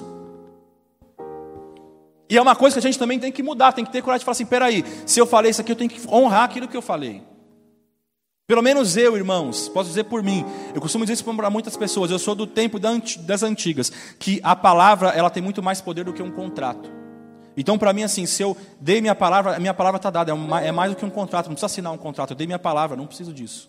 E é uma coisa que a gente também tem que mudar, tem que ter coragem de falar assim, peraí, se eu falei isso aqui, eu tenho que honrar aquilo que eu falei. Pelo menos eu, irmãos, posso dizer por mim, eu costumo dizer isso para muitas pessoas, eu sou do tempo das antigas, que a palavra ela tem muito mais poder do que um contrato. Então para mim assim, se eu dei minha palavra, a minha palavra está dada, é mais do que um contrato, não precisa assinar um contrato, eu dei minha palavra, não preciso disso.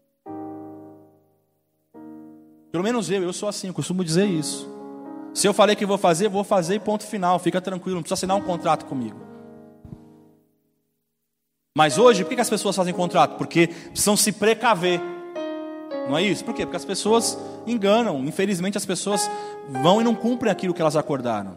Pelo menos eu, eu sou assim, eu costumo dizer isso. Se eu falei que vou fazer, vou fazer e ponto final, fica tranquilo, não precisa assinar um contrato comigo. Mas hoje, por que as pessoas fazem contrato? Porque precisam se precaver. Não é isso? Por quê? Porque as pessoas enganam. Infelizmente as pessoas vão e não cumprem aquilo que elas acordaram.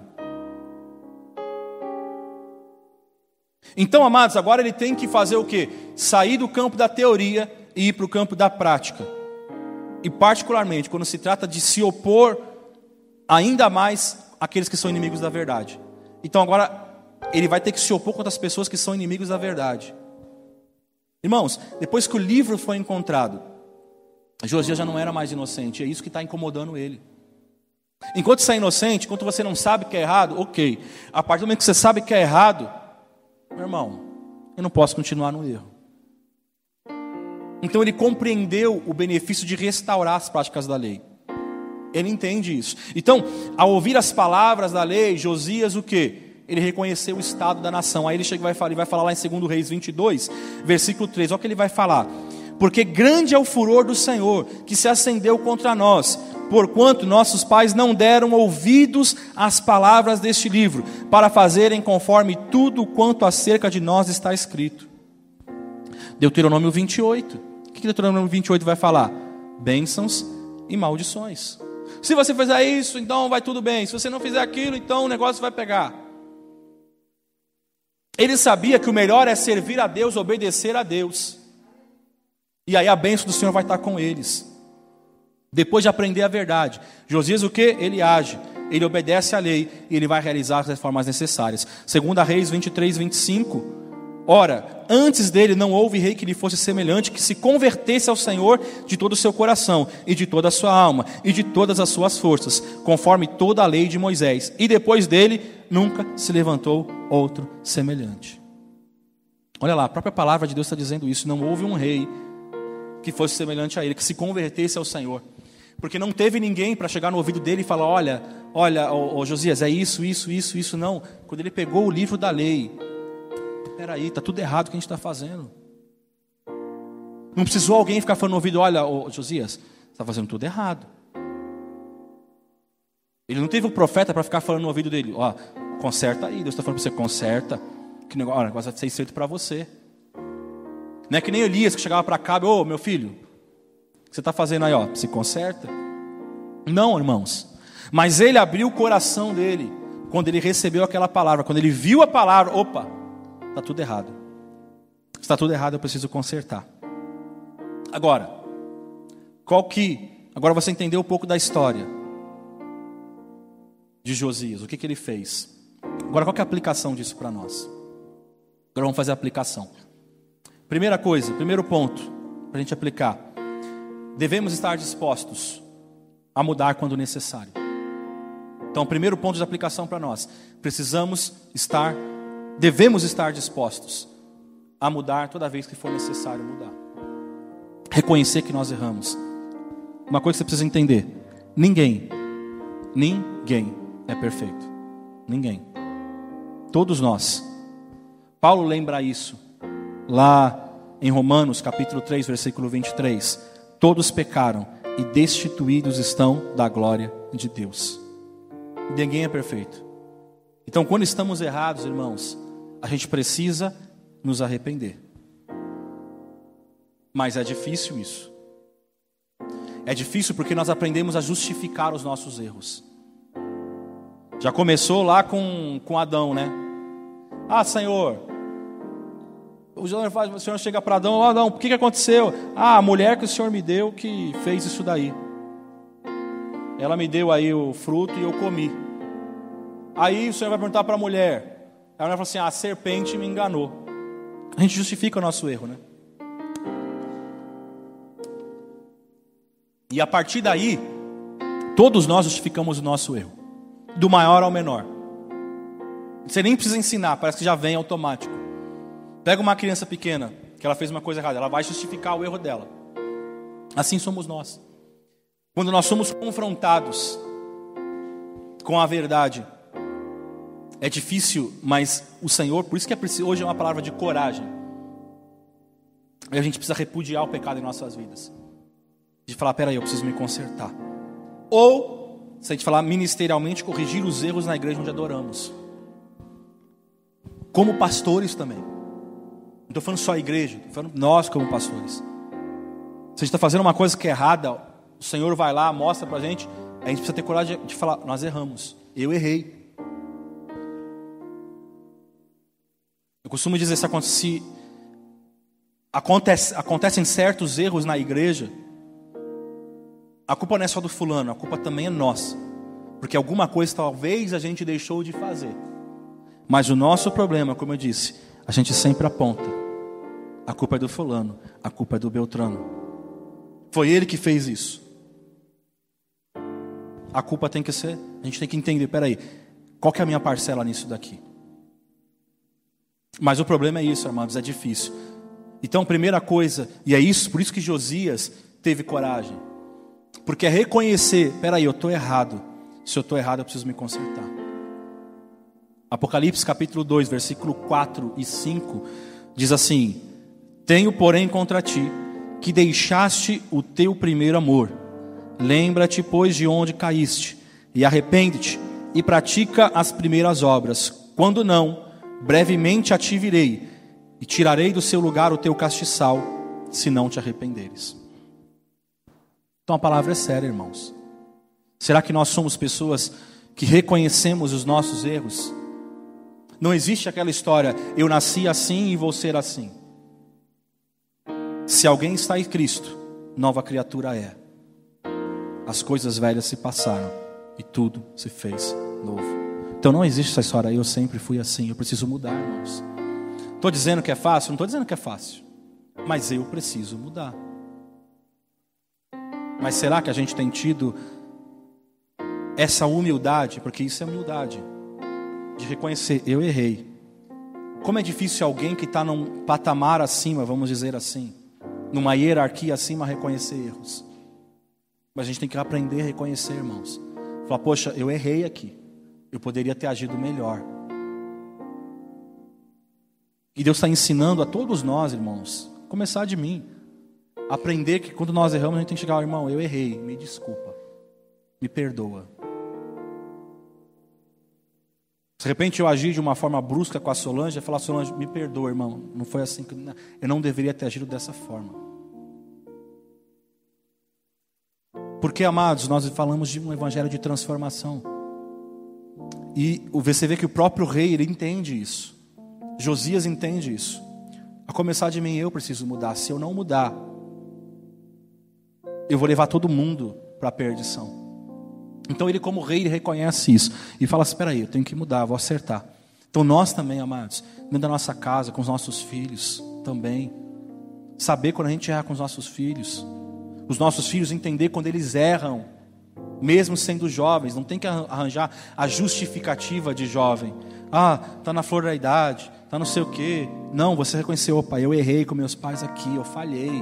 Então, amados, agora ele tem que fazer o quê? Sair do campo da teoria e ir para o campo da prática. E particularmente, quando se trata de se opor ainda mais àqueles que são inimigos da verdade. Então agora, ele vai ter que se opor contra as pessoas que são inimigos da verdade. Irmãos, depois que o livro foi encontrado, Josias já não era mais inocente. É isso que está incomodando ele. Enquanto você é inocente, enquanto você não sabe que é errado, ok. A partir do momento que você sabe que é errado, meu irmão, eu não posso continuar no erro. Então ele compreendeu o benefício de restaurar as práticas da lei. Ele entende isso. Então, ao ouvir as palavras da lei, Josias o quê? Ele reconheceu o estado da nação. Aí ele chega e vai falar, ele vai falar lá em dois Reis vinte e dois, versículo três. Olha o que ele vai falar. Porque grande é o furor do Senhor, que se acendeu contra nós, porquanto nossos pais não deram ouvidos às palavras deste livro, para fazerem conforme tudo quanto acerca de nós está escrito. Deuteronômio vinte e oito. O que Deuteronômio vinte e oito vai falar? Bênçãos e maldições. Se você fizer isso, então vai tudo bem. Se você não fizer aquilo, então o negócio vai pegar. Ele sabia que o melhor é servir a Deus, obedecer a Deus. E aí a bênção do Senhor vai estar com eles. Depois de aprender a verdade, Josias o que? Ele age, ele obedece à lei e ele vai realizar as reformas necessárias. Segunda Reis vinte e três, vinte e cinco. Ora, antes dele não houve rei que lhe fosse semelhante, que se convertesse ao Senhor de todo o seu coração, e de toda a sua alma, e de todas as suas forças, conforme toda a lei de Moisés. E depois dele, nunca se levantou outro semelhante. Olha lá, a própria palavra de Deus está dizendo isso. Não houve um rei que fosse semelhante a ele, que se convertesse ao Senhor. Porque não teve ninguém para chegar no ouvido dele e falar, olha, olha, ô, ô, Josias, é isso, isso, isso, isso, não. Quando ele pegou o livro da lei, peraí, está tudo errado o que a gente está fazendo. Não precisou alguém ficar falando no ouvido, olha, ô, Josias, você está fazendo tudo errado. Ele não teve o profeta para ficar falando no ouvido dele, ó, conserta aí, Deus está falando para você, conserta, que negócio, ó, o negócio vai ser feito para você. Não é que nem Elias que chegava para Acabe, ô meu filho, o que você está fazendo aí, ó, se conserta. Não, irmãos, mas ele abriu o coração dele, quando ele recebeu aquela palavra, quando ele viu a palavra, opa, está tudo errado. Se está tudo errado, eu preciso consertar. Agora, qual que, agora você entendeu um pouco da história de Josias, o que, que ele fez. Agora qual que é a aplicação disso para nós? Agora vamos fazer a aplicação. Primeira coisa, primeiro ponto, para a gente aplicar. Devemos estar dispostos a mudar quando necessário. Então, o primeiro ponto de aplicação para nós. Precisamos estar devemos estar dispostos a mudar toda vez que for necessário mudar. Reconhecer que nós erramos. Uma coisa que você precisa entender: ninguém, ninguém é perfeito. Ninguém. Todos nós. Paulo lembra isso lá em Romanos capítulo três, versículo vinte e três. Todos pecaram e destituídos estão da glória de Deus. Ninguém é perfeito. Então, quando estamos errados, irmãos, a gente precisa nos arrepender. Mas é difícil isso. É difícil porque nós aprendemos a justificar os nossos erros. Já começou lá com, com Adão, né? Ah, Senhor, o Senhor, faz, o Senhor chega para Adão: oh, Adão, o que, que aconteceu? Ah, a mulher que o Senhor me deu que fez isso daí. Ela me deu aí o fruto e eu comi. Aí o Senhor vai perguntar para a mulher. A mulher fala assim: ah, a serpente me enganou. A gente justifica o nosso erro, né? E a partir daí, todos nós justificamos o nosso erro, do maior ao menor. Você nem precisa ensinar, parece que já vem automático. Pega uma criança pequena, que ela fez uma coisa errada, ela vai justificar o erro dela. Assim somos nós. Quando nós somos confrontados com a verdade, é difícil, mas o Senhor, por isso que é preciso, hoje é uma palavra de coragem. E a gente precisa repudiar o pecado em nossas vidas. De falar: peraí, eu preciso me consertar. Ou, se a gente falar ministerialmente, corrigir os erros na igreja onde adoramos. Como pastores também. Não estou falando só a igreja, estou falando nós como pastores. Se a gente está fazendo uma coisa que é errada, o Senhor vai lá, mostra para a gente. A gente precisa ter coragem de falar: nós erramos, eu errei. Eu costumo dizer, se acontece, acontece, acontecem certos erros na igreja, a culpa não é só do fulano, a culpa também é nossa. Porque alguma coisa talvez a gente deixou de fazer. Mas o nosso problema, como eu disse, a gente sempre aponta: a culpa é do fulano, a culpa é do Beltrano. Foi ele que fez isso. A culpa tem que ser, a gente tem que entender, peraí, qual que é a minha parcela nisso daqui? Mas o problema é isso, amados, é difícil. Então, primeira coisa, e é isso, por isso que Josias teve coragem. Porque é reconhecer: peraí, eu estou errado. Se eu estou errado, eu preciso me consertar. Apocalipse capítulo dois, versículo quatro e cinco, diz assim: tenho, porém, contra ti, que deixaste o teu primeiro amor. Lembra-te, pois, de onde caíste, e arrepende-te, e pratica as primeiras obras. Quando não, brevemente a te virei, e tirarei do seu lugar o teu castiçal, se não te arrependeres. Então a palavra é séria, irmãos. Será que nós somos pessoas que reconhecemos os nossos erros? Não existe aquela história: eu nasci assim e vou ser assim. Se alguém está em Cristo, nova criatura é. As coisas velhas se passaram e tudo se fez novo. Então não existe essa história: eu sempre fui assim, eu preciso mudar, irmãos. Estou dizendo que é fácil? Não estou dizendo que é fácil, mas eu preciso mudar. Mas será que a gente tem tido essa humildade? Porque isso é humildade, de reconhecer: eu errei. Como é difícil alguém que está num patamar acima, vamos dizer assim, numa hierarquia acima, reconhecer erros. Mas a gente tem que aprender a reconhecer, irmãos. Falar: poxa, eu errei aqui, eu poderia ter agido melhor. E Deus está ensinando a todos nós, irmãos, começar de mim, aprender que quando nós erramos, a gente tem que chegar: irmão, eu errei, me desculpa, me perdoa. De repente eu agi de uma forma brusca com a Solange, e falar: Solange, me perdoa, irmão, não foi assim que eu não deveria ter agido dessa forma. Porque, amados, nós falamos de um evangelho de transformação. E você vê que o próprio rei, ele entende isso. Josias entende isso. A começar de mim, eu preciso mudar. Se eu não mudar, eu vou levar todo mundo para a perdição. Então ele, como rei, ele reconhece isso e fala: espera aí, eu tenho que mudar, vou acertar. Então nós também, amados, dentro da nossa casa, com os nossos filhos também, saber quando a gente erra com os nossos filhos, os nossos filhos entender quando eles erram, mesmo sendo jovens. Não tem que arranjar a justificativa de jovem. Ah, está na flor da idade, está não sei o quê. Não, você reconheceu, opa, eu errei com meus pais aqui, eu falhei.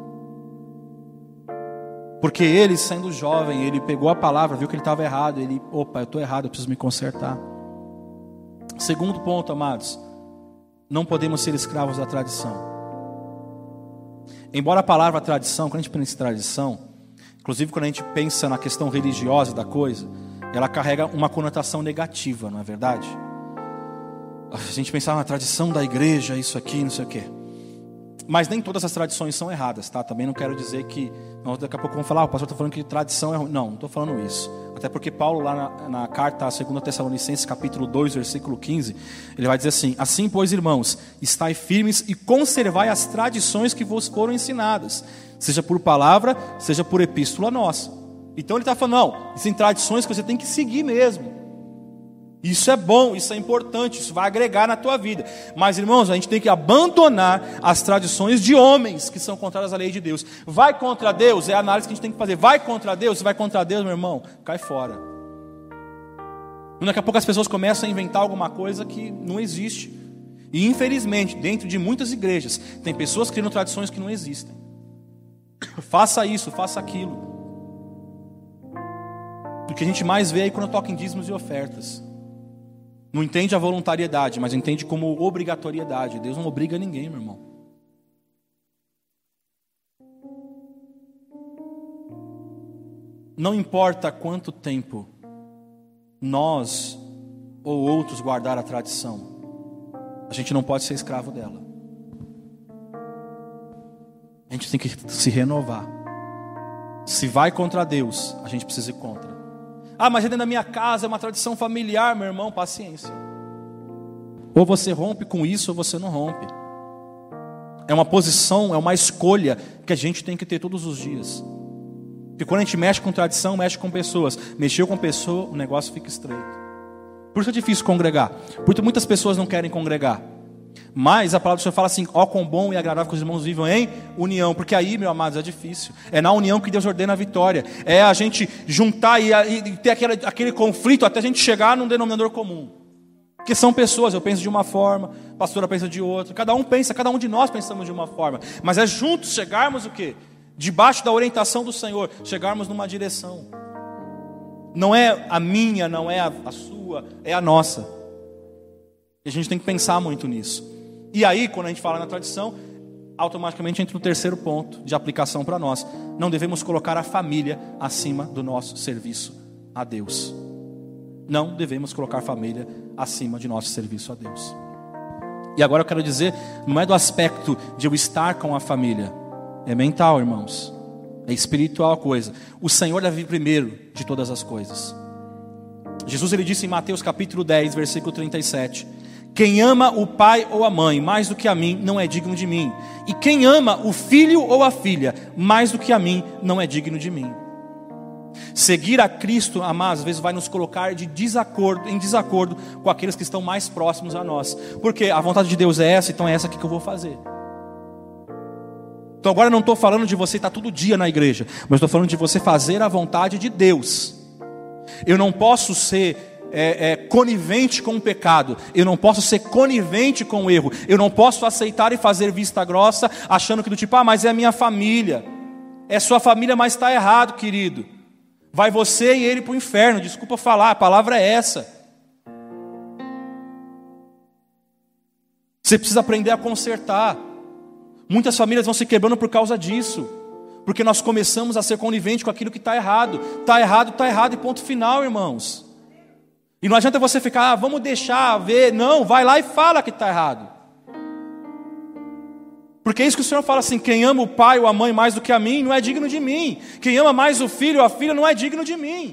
Porque ele, sendo jovem, ele pegou a palavra, viu que ele estava errado. Ele, opa, eu estou errado, eu preciso me consertar. Segundo ponto, amados. Não podemos ser escravos da tradição. Embora a palavra tradição, quando a gente pensa em tradição, inclusive quando a gente pensa na questão religiosa da coisa, ela carrega uma conotação negativa, não é verdade? A gente pensa na tradição da igreja, isso aqui, não sei o quê. Mas nem todas as tradições são erradas, tá? Também não quero dizer que... Não, daqui a pouco vamos falar, ah, o pastor está falando que tradição é ruim. Não, não estou falando isso. Até porque Paulo, lá na, na carta a segunda Tessalonicenses, capítulo dois, versículo quinze, ele vai dizer assim: assim, pois, irmãos, estai firmes e conservai as tradições que vos foram ensinadas, seja por palavra, seja por epístola nossa. Então ele está falando, não, existem tradições que você tem que seguir mesmo. Isso é bom, isso é importante, isso vai agregar na tua vida. Mas, irmãos, a gente tem que abandonar as tradições de homens que são contrárias à lei de Deus. Vai contra Deus, é a análise que a gente tem que fazer. Vai contra Deus, se vai contra Deus, meu irmão, cai fora. E daqui a pouco as pessoas começam a inventar alguma coisa que não existe. E infelizmente, dentro de muitas igrejas, tem pessoas criando tradições que não existem. Faça isso, faça aquilo. O que a gente mais vê aí quando toca em dízimos e ofertas. Não entende a voluntariedade, mas entende como obrigatoriedade. Deus não obriga ninguém, meu irmão. Não importa quanto tempo nós ou outros guardar a tradição, a gente não pode ser escravo dela. A gente tem que se renovar. Se vai contra Deus, a gente precisa ir contra. Ah, mas é dentro da minha casa, é uma tradição familiar, meu irmão, paciência. Ou você rompe com isso, ou você não rompe. É uma posição, é uma escolha que a gente tem que ter todos os dias. Porque quando a gente mexe com tradição, mexe com pessoas. Mexeu com pessoa, o negócio fica estreito. Por isso é difícil congregar. Porque muitas pessoas não querem congregar. Mas a palavra do Senhor fala assim: ó, quão bom e agradável que os irmãos vivam em união. Porque aí, meus amados, é difícil. É na união que Deus ordena a vitória. É a gente juntar e, e ter aquele, aquele conflito até a gente chegar num denominador comum. Porque são pessoas, eu penso de uma forma, a pastora pensa de outra. Cada um pensa, cada um de nós pensamos de uma forma. Mas é juntos chegarmos o quê? Debaixo da orientação do Senhor, chegarmos numa direção. Não é a minha, não é a, a sua, é a nossa. E a gente tem que pensar muito nisso. E aí, quando a gente fala na tradição, automaticamente entra no terceiro ponto de aplicação para nós. Não devemos colocar a família acima do nosso serviço a Deus. Não devemos colocar a família acima de nosso serviço a Deus. E agora eu quero dizer, não é do aspecto de eu estar com a família. É mental, irmãos. É espiritual a coisa. O Senhor deve vir primeiro de todas as coisas. Jesus, ele disse em Mateus capítulo dez, versículo trinta e sete: quem ama o pai ou a mãe mais do que a mim, não é digno de mim. E quem ama o filho ou a filha mais do que a mim, não é digno de mim. Seguir a Cristo, amados, às vezes vai nos colocar de desacordo, em desacordo com aqueles que estão mais próximos a nós. Porque a vontade de Deus é essa, então é essa aqui que eu vou fazer. Então agora eu não estou falando de você estar todo dia na igreja, mas estou falando de você fazer a vontade de Deus. Eu não posso ser É, é, conivente com o pecado. Eu não posso ser conivente com o erro. Eu não posso aceitar e fazer vista grossa, achando que do tipo, ah, mas é a minha família. É sua família, mas está errado, querido. Vai você e ele para o inferno. Desculpa falar, a palavra é essa. Você precisa aprender a consertar. Muitas famílias vão se quebrando por causa disso, porque nós começamos a ser conivente com aquilo que está errado. Está errado, está errado e ponto final, irmãos. E não adianta você ficar, ah, vamos deixar ver. Não, vai lá e fala que está errado. Porque é isso que o Senhor fala assim: quem ama o pai ou a mãe mais do que a mim, não é digno de mim. Quem ama mais o filho ou a filha, não é digno de mim.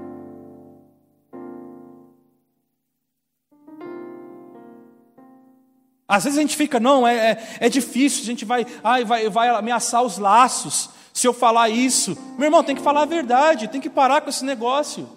Às vezes a gente fica, não, é, é, é difícil, a gente vai, ai, vai, vai ameaçar os laços, se eu falar isso. Meu irmão, tem que falar a verdade, tem que parar com esse negócio.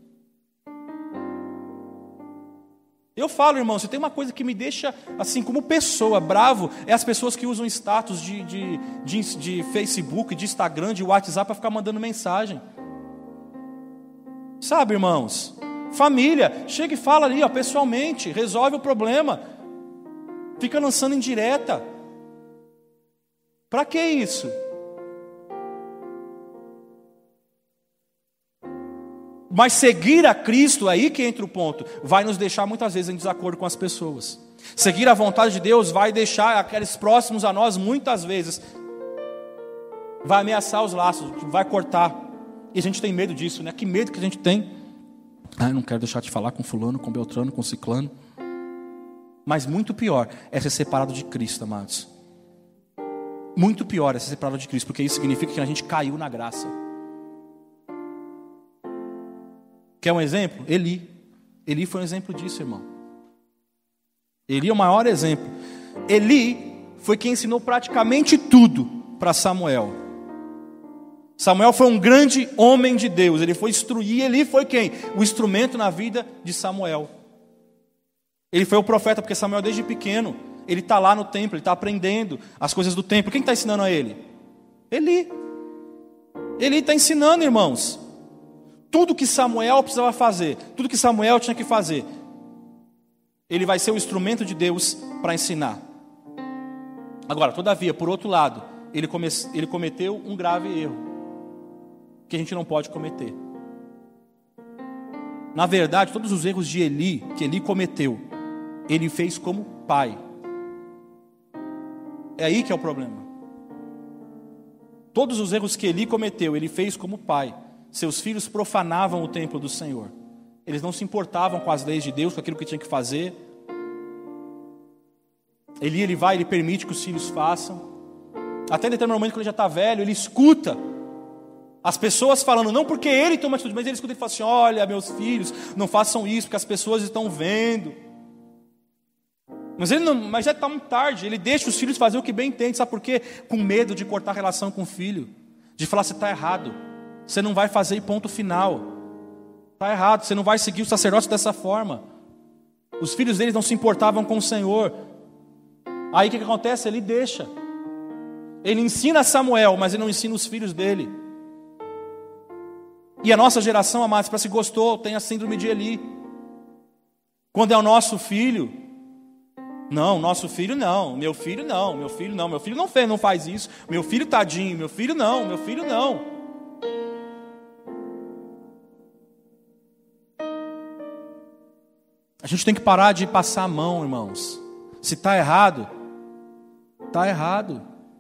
Eu falo, irmão, se tem uma coisa que me deixa, assim, como pessoa, bravo, é as pessoas que usam status de, de, de, de Facebook, de Instagram, de WhatsApp, para ficar mandando mensagem. Sabe, irmãos, Família, chega e fala ali, ó, pessoalmente, resolve o problema. Fica lançando indireta. Para que isso? Mas seguir a Cristo, aí que entra o ponto, vai nos deixar muitas vezes em desacordo com as pessoas. Seguir a vontade de Deus vai deixar aqueles próximos a nós, muitas vezes, vai ameaçar os laços, vai cortar. E a gente tem medo disso, né? Que medo que a gente tem. Ah, eu não quero deixar de falar com fulano, com beltrano, com ciclano. Mas muito pior é ser separado de Cristo, amados. Muito pior é ser separado de Cristo, porque isso significa que a gente caiu na graça. Quer um exemplo? Eli. Eli foi um exemplo disso, irmão. Eli é o maior exemplo. Eli foi quem ensinou praticamente tudo para Samuel. Samuel foi um grande homem de Deus. Ele foi instruir. Eli foi quem? O instrumento na vida de Samuel. Ele foi o profeta, porque Samuel desde pequeno, ele está lá no templo, ele está aprendendo as coisas do templo. Quem está ensinando a ele? Eli. Eli está ensinando, irmãos. Tudo que Samuel precisava fazer, tudo que Samuel tinha que fazer, ele vai ser o instrumento de Deus para ensinar. Agora, todavia, por outro lado, ele, come, ele cometeu um grave erro, que a gente não pode cometer. Na verdade, todos os erros de Eli, que Eli cometeu, ele fez como pai. É aí que é o problema. Todos os erros que Eli cometeu, ele fez como pai. Seus filhos profanavam o templo do Senhor. Eles não se importavam com as leis de Deus, com aquilo que tinha que fazer. Eli, ele vai, ele permite que os filhos façam. Até determinado momento, quando ele já está velho, ele escuta as pessoas falando, não porque ele toma atitude, mas ele escuta e fala assim, olha, meus filhos, não façam isso, porque as pessoas estão vendo. Mas, ele não, mas já está muito tarde, ele deixa os filhos fazer o que bem entende, sabe por quê? Com medo de cortar a relação com o filho, de falar, você está errado. Você não vai fazer ponto final. Está errado, você não vai seguir o sacerdócio dessa forma. Os filhos deles não se importavam com o Senhor. Aí o que, que acontece? Ele deixa. Ele ensina Samuel, mas ele não ensina os filhos dele. E a nossa geração, amados, para se gostou, tem a síndrome de Eli. Quando é o nosso filho, não, nosso filho não, meu filho não, meu filho não, meu filho não fez, não faz isso, meu filho tadinho, meu filho não, meu filho não. A gente tem que parar de passar a mão, irmãos. Se está errado, está errado.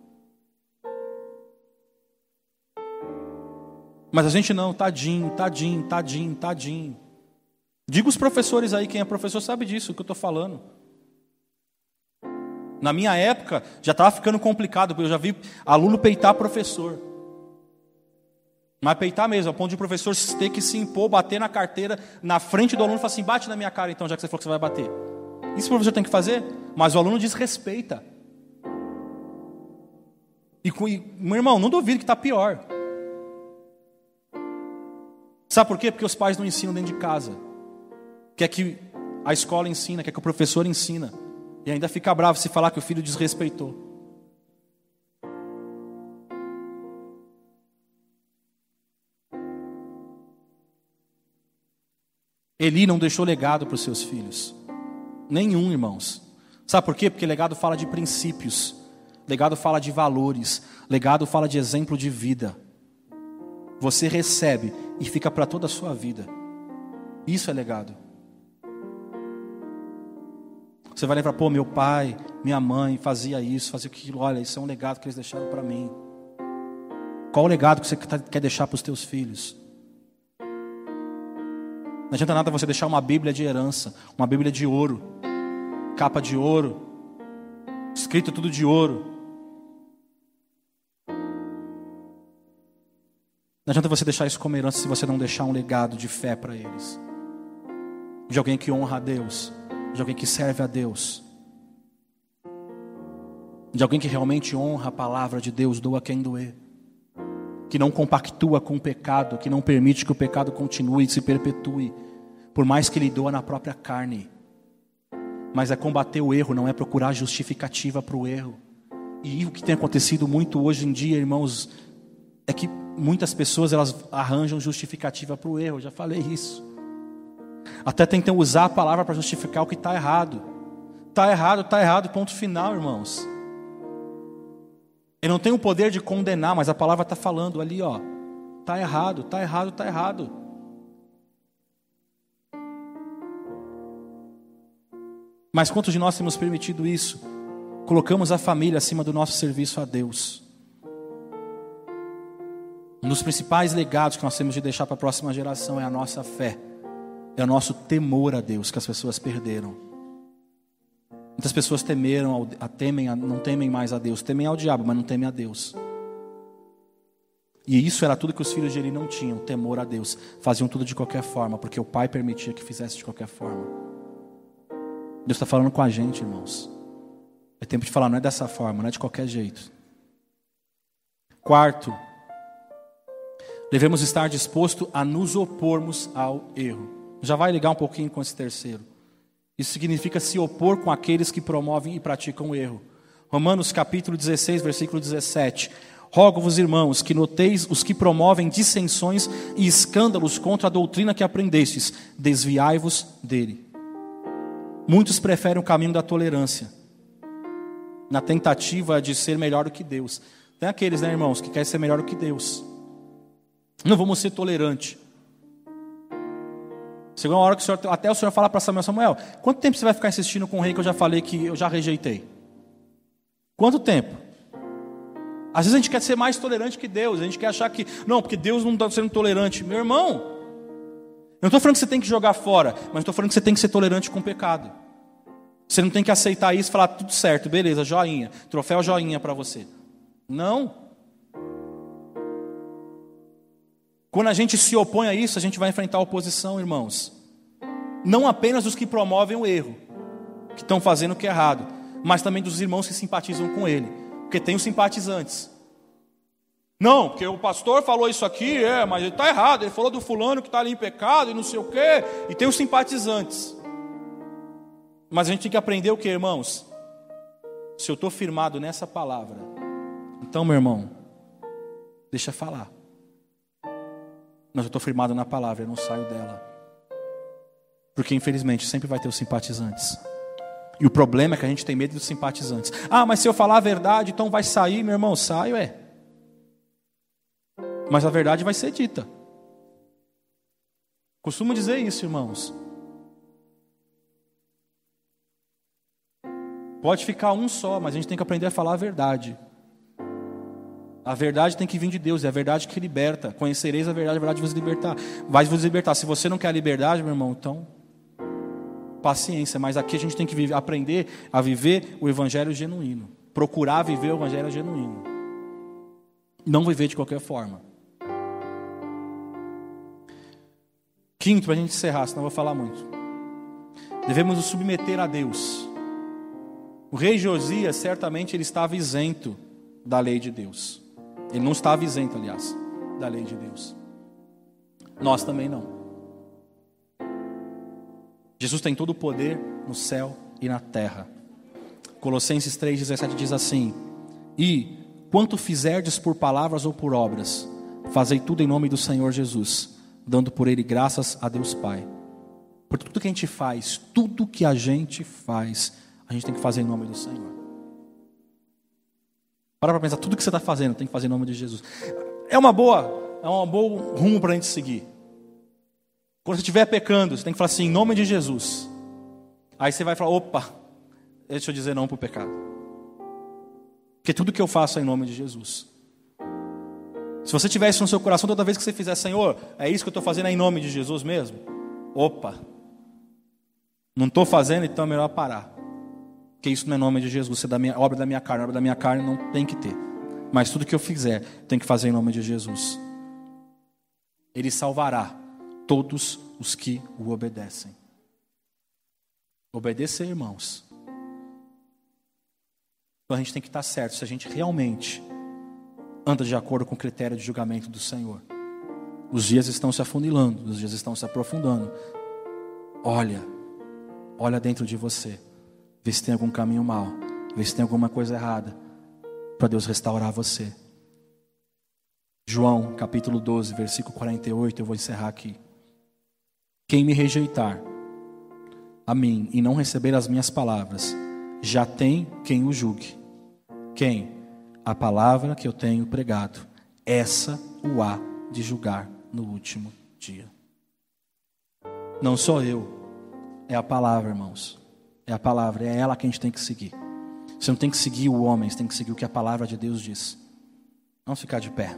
Mas a gente não, tadinho, tadinho, tadinho, tadinho. Diga os professores aí, quem é professor sabe disso, o que eu estou falando. Na minha época, já estava ficando complicado, porque eu já vi aluno peitar professor. Mas peitar mesmo, a ponto de o professor ter que se impor, bater na carteira, na frente do aluno e falar assim, bate na minha cara então, já que você falou que você vai bater. Isso o professor tem que fazer, mas o aluno desrespeita. E, e meu irmão, não duvido que está pior. Sabe por quê? Porque os pais não ensinam dentro de casa. Quer que a escola ensina, quer que o professor ensina. E ainda fica bravo se falar que o filho desrespeitou. Eli não deixou legado para os seus filhos. Nenhum, irmãos. Sabe por quê? Porque legado fala de princípios. Legado fala de valores. Legado fala de exemplo de vida. Você recebe e fica para toda a sua vida. Isso é legado. Você vai lembrar, pô, meu pai, minha mãe fazia isso, fazia aquilo. Olha, isso é um legado que eles deixaram para mim. Qual o legado que você quer deixar para os teus filhos? Não adianta nada você deixar uma Bíblia de herança, uma Bíblia de ouro, capa de ouro, escrito tudo de ouro. Não adianta você deixar isso como herança se você não deixar um legado de fé para eles. De alguém que honra a Deus, de alguém que serve a Deus, de alguém que realmente honra a palavra de Deus, doa quem doer, que não compactua com o pecado, que não permite que o pecado continue e se perpetue, por mais que ele doa na própria carne. Mas é combater o erro, não é procurar justificativa para o erro. E o que tem acontecido muito hoje em dia, irmãos, é que muitas pessoas elas arranjam justificativa para o erro. Eu já falei isso. Até tentam usar a palavra para justificar o que está errado. Está errado, está errado, ponto final, irmãos. Ele não tem o poder de condenar, mas a palavra está falando ali, ó. Está errado, está errado, está errado. Mas quantos de nós temos permitido isso? Colocamos a família acima do nosso serviço a Deus. Um dos principais legados que nós temos de deixar para a próxima geração é a nossa fé. É o nosso temor a Deus que as pessoas perderam. Muitas pessoas temeram, a, temem, a, não temem mais a Deus. Temem ao diabo, mas não temem a Deus. E isso era tudo que os filhos de Eli não tinham, temor a Deus. Faziam tudo de qualquer forma, porque o pai permitia que fizesse de qualquer forma. Deus está falando com a gente, irmãos. É tempo de falar, não é dessa forma, não é de qualquer jeito. Quarto, devemos estar dispostos a nos opormos ao erro. Já vai ligar um pouquinho com esse terceiro. Isso significa se opor com aqueles que promovem e praticam o erro. Romanos capítulo dezesseis, versículo dezessete. Rogo-vos, irmãos, que noteis os que promovem dissensões e escândalos contra a doutrina que aprendestes. Desviai-vos dele. Muitos preferem o caminho da tolerância, na tentativa de ser melhor do que Deus. Tem aqueles, né, irmãos, que querem ser melhor do que Deus. Não vamos ser tolerantes. Chegou uma hora que o senhor, até o senhor fala para Samuel, Samuel, quanto tempo você vai ficar insistindo com o rei que eu já falei que eu já rejeitei? Quanto tempo? Às vezes a gente quer ser mais tolerante que Deus. A gente quer achar que, não, porque Deus não está sendo tolerante. Meu irmão, eu não estou falando que você tem que jogar fora, mas estou falando que você tem que ser tolerante com o pecado. Você não tem que aceitar isso e falar, tudo certo, beleza, joinha, troféu joinha para você. Não. Quando a gente se opõe a isso, a gente vai enfrentar a oposição, irmãos. Não apenas dos que promovem o erro, que estão fazendo o que é errado, mas também dos irmãos que simpatizam com ele. Porque tem os simpatizantes. Não, porque o pastor falou isso aqui, é, mas ele está errado. Ele falou do fulano que está ali em pecado e não sei o quê. E tem os simpatizantes. Mas a gente tem que aprender o que, irmãos? Se eu estou firmado nessa palavra, então, meu irmão, deixa falar. Mas eu estou firmado na palavra, eu não saio dela. Porque, infelizmente, sempre vai ter os simpatizantes. E o problema é que a gente tem medo dos simpatizantes. Ah, mas se eu falar a verdade, então vai sair, meu irmão, saio, é. Mas a verdade vai ser dita. Costumo dizer isso, irmãos. Pode ficar um só, mas a gente tem que aprender a falar a verdade. A verdade tem que vir de Deus, é a verdade que liberta. Conhecereis a verdade, a verdade vos libertar. Vai vos libertar. Se você não quer a liberdade, meu irmão, então paciência. Mas aqui a gente tem que viver, aprender a viver o evangelho genuíno. Procurar viver o evangelho genuíno. Não viver de qualquer forma. Quinto, para a gente encerrar, senão eu vou falar muito. Devemos nos submeter a Deus. O rei Josias, certamente, ele estava isento da lei de Deus. Ele não estava isento, aliás, da lei de Deus. Nós também não. Jesus tem todo o poder no céu e na terra. Colossenses três, dezessete diz assim: E, quanto fizerdes por palavras ou por obras, fazei tudo em nome do Senhor Jesus, dando por Ele graças a Deus Pai. Por tudo que a gente faz, tudo que a gente faz, a gente tem que fazer em nome do Senhor. Para para pensar, tudo que você está fazendo tem que fazer em nome de Jesus. É uma boa, é um bom rumo para a gente seguir. Quando você estiver pecando, você tem que falar assim, em nome de Jesus. Aí você vai falar, opa, deixa eu dizer não para o pecado. Porque tudo que eu faço é em nome de Jesus. Se você tiver isso no seu coração, toda vez que você fizer, Senhor, é isso que eu estou fazendo, é em nome de Jesus mesmo? Opa, não estou fazendo, então é melhor parar. Porque isso não é nome de Jesus, isso é da minha, obra da minha carne, obra da minha carne não tem que ter. Mas tudo que eu fizer, tem que fazer em nome de Jesus. Ele salvará todos os que o obedecem. Obedecer, irmãos. Então a gente tem que estar certo, se a gente realmente anda de acordo com o critério de julgamento do Senhor. Os dias estão se afunilando, os dias estão se aprofundando. Olha, olha dentro de você. Vê se tem algum caminho mau, vê se tem alguma coisa errada, para Deus restaurar você. João, capítulo doze, versículo quarenta e oito, eu vou encerrar aqui. Quem me rejeitar, a mim e não receber as minhas palavras, já tem quem o julgue. Quem? A palavra que eu tenho pregado, essa o há de julgar no último dia. Não sou eu, é a palavra, irmãos. É a palavra, é ela que a gente tem que seguir. Você não tem que seguir o homem, você tem que seguir o que a palavra de Deus diz. Vamos ficar de pé.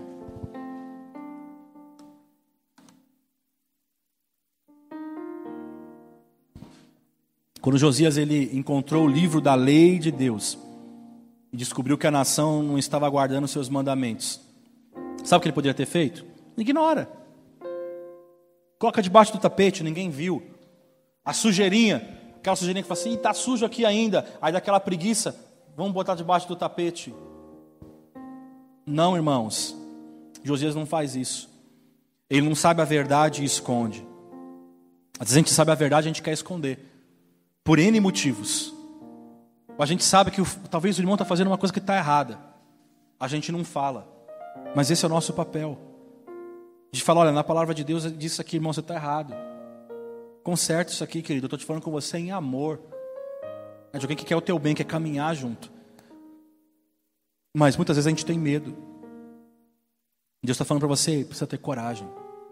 Quando Josias ele encontrou o livro da lei de Deus e descobriu que a nação não estava guardando seus mandamentos, sabe o que ele poderia ter feito? Ignora. Coloca debaixo do tapete, ninguém viu. A sujeirinha, aquela sujeirinha que fala assim, está sujo aqui ainda. Aí daquela preguiça, vamos botar debaixo do tapete. Não, irmãos. Josias não faz isso. Ele não sabe a verdade e esconde. Às vezes a gente sabe a verdade e a gente quer esconder. Por N motivos. A gente sabe que o, talvez o irmão está fazendo uma coisa que está errada. A gente não fala. Mas esse é o nosso papel. De falar, olha, na palavra de Deus diz isso aqui, irmão, você está errado. Conserta isso aqui, querido. Eu estou te falando com você em amor. É de alguém que quer o teu bem, quer caminhar junto. Mas muitas vezes a gente tem medo. Deus está falando para você, precisa ter coragem.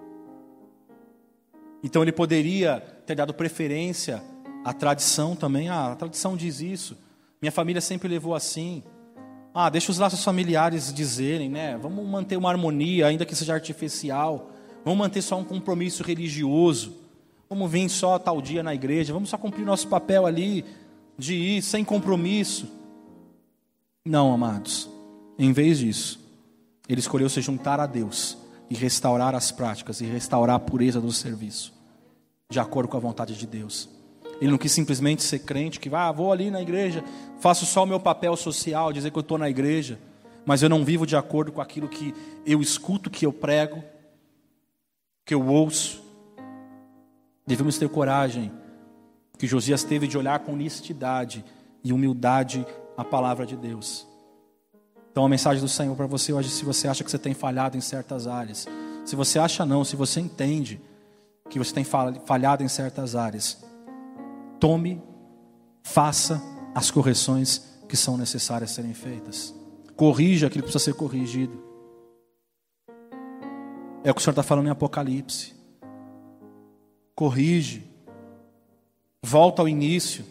Então ele poderia ter dado preferência à tradição também. Ah, a tradição diz isso. Minha família sempre levou assim. Ah, deixa os laços familiares dizerem, né? Vamos manter uma harmonia, ainda que seja artificial. Vamos manter só um compromisso religioso. Vamos vir só tal dia na igreja. Vamos só cumprir nosso papel ali de ir sem compromisso. Não, amados. Em vez disso, ele escolheu se juntar a Deus e restaurar as práticas e restaurar a pureza do serviço, de acordo com a vontade de Deus. Ele não quis simplesmente ser crente, que ah, vou ali na igreja, faço só o meu papel social, dizer que eu estou na igreja, mas eu não vivo de acordo com aquilo que eu escuto, que eu prego, que eu ouço. Devemos ter coragem, que Josias teve, de olhar com honestidade e humildade a palavra de Deus. Então a mensagem do Senhor para você hoje, se você acha que você tem falhado em certas áreas, se você acha não, se você entende que você tem falhado em certas áreas, tome, faça as correções que são necessárias serem feitas. Corrija aquilo que precisa ser corrigido. É o que o Senhor está falando em Apocalipse. Corrige. Volta ao início.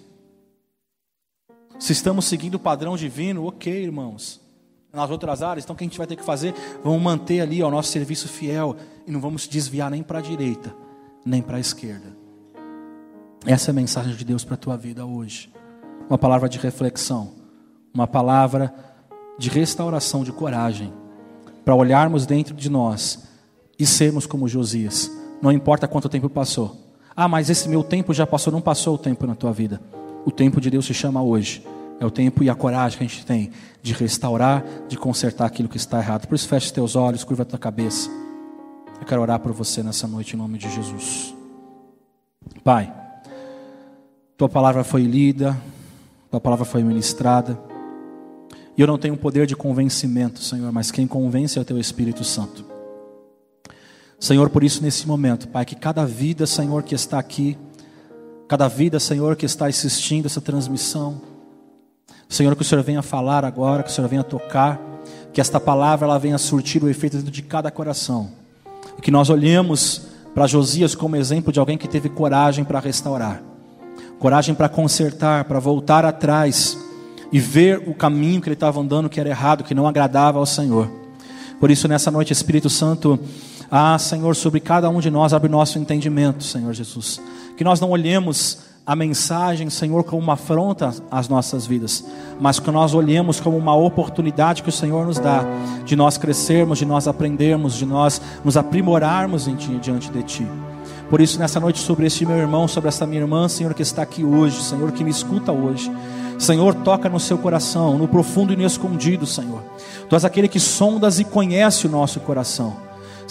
Se estamos seguindo o padrão divino, ok, irmãos. Nas outras áreas, então o que a gente vai ter que fazer? Vamos manter ali ó, o nosso serviço fiel e não vamos desviar nem para a direita, nem para a esquerda. Essa é a mensagem de Deus para a tua vida hoje. Uma palavra de reflexão, uma palavra de restauração, de coragem, para olharmos dentro de nós e sermos como Josias. Não importa quanto tempo passou. Ah, mas esse meu tempo já passou. Não passou o tempo na tua vida. O tempo de Deus se chama hoje. É o tempo e a coragem que a gente tem de restaurar, de consertar aquilo que está errado. Por isso feche os teus olhos, curva a tua cabeça. Eu quero orar por você nessa noite em nome de Jesus. Pai, tua palavra foi lida, tua palavra foi ministrada. E eu não tenho poder de convencimento, Senhor, mas quem convence é o teu Espírito Santo. Senhor, por isso nesse momento, Pai, que cada vida, Senhor, que está aqui, cada vida, Senhor, que está assistindo essa transmissão, Senhor, que o Senhor venha falar agora, que o Senhor venha tocar, que esta palavra ela venha surtir o efeito dentro de cada coração. E que nós olhemos para Josias como exemplo de alguém que teve coragem para restaurar, coragem para consertar, para voltar atrás e ver o caminho que ele estava andando que era errado, que não agradava ao Senhor. Por isso nessa noite, Espírito Santo, ah, Senhor, sobre cada um de nós, abre nosso entendimento, Senhor Jesus. Que nós não olhemos a mensagem, Senhor, como uma afronta às nossas vidas, mas que nós olhemos como uma oportunidade que o Senhor nos dá, de nós crescermos, de nós aprendermos, de nós nos aprimorarmos em Ti, diante de Ti. Por isso, nessa noite, sobre este meu irmão, sobre essa minha irmã, Senhor, que está aqui hoje, Senhor, que me escuta hoje, Senhor, toca no seu coração, no profundo e no escondido, Senhor. Tu és aquele que sondas e conhece o nosso coração.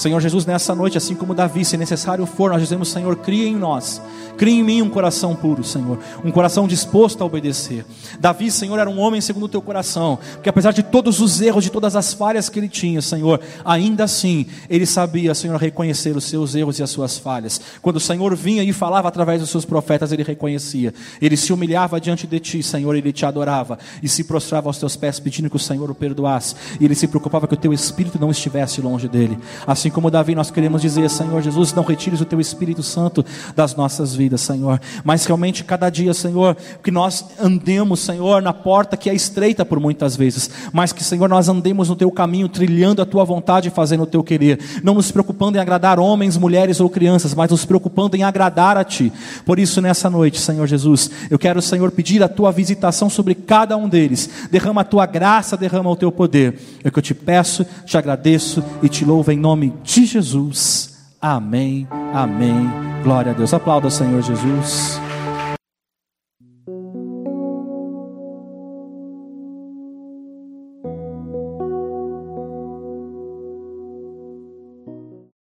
Senhor Jesus, nessa noite, assim como Davi, se necessário for, nós dizemos: Senhor, cria em nós, cria em mim um coração puro, Senhor, um coração disposto a obedecer. Davi, Senhor, era um homem segundo o teu coração, porque apesar de todos os erros, de todas as falhas que ele tinha, Senhor, ainda assim, ele sabia, Senhor, reconhecer os seus erros e as suas falhas. Quando o Senhor vinha e falava através dos seus profetas, ele reconhecia, ele se humilhava diante de ti, Senhor, ele te adorava e se prostrava aos teus pés, pedindo que o Senhor o perdoasse, e ele se preocupava que o teu Espírito não estivesse longe dele. Assim como Davi, nós queremos dizer: Senhor Jesus, não retires o teu Espírito Santo das nossas vidas, Senhor, mas realmente cada dia, Senhor, que nós andemos, Senhor, na porta que é estreita por muitas vezes, mas que, Senhor, nós andemos no teu caminho, trilhando a tua vontade e fazendo o teu querer, não nos preocupando em agradar homens, mulheres ou crianças, mas nos preocupando em agradar a ti. Por isso, nessa noite, Senhor Jesus, eu quero, Senhor, pedir a tua visitação sobre cada um deles. Derrama a tua graça, derrama o teu poder. É o que eu te peço, te agradeço e te louvo em nome de Jesus. Amém, amém. Glória a Deus. Aplauda o Senhor Jesus.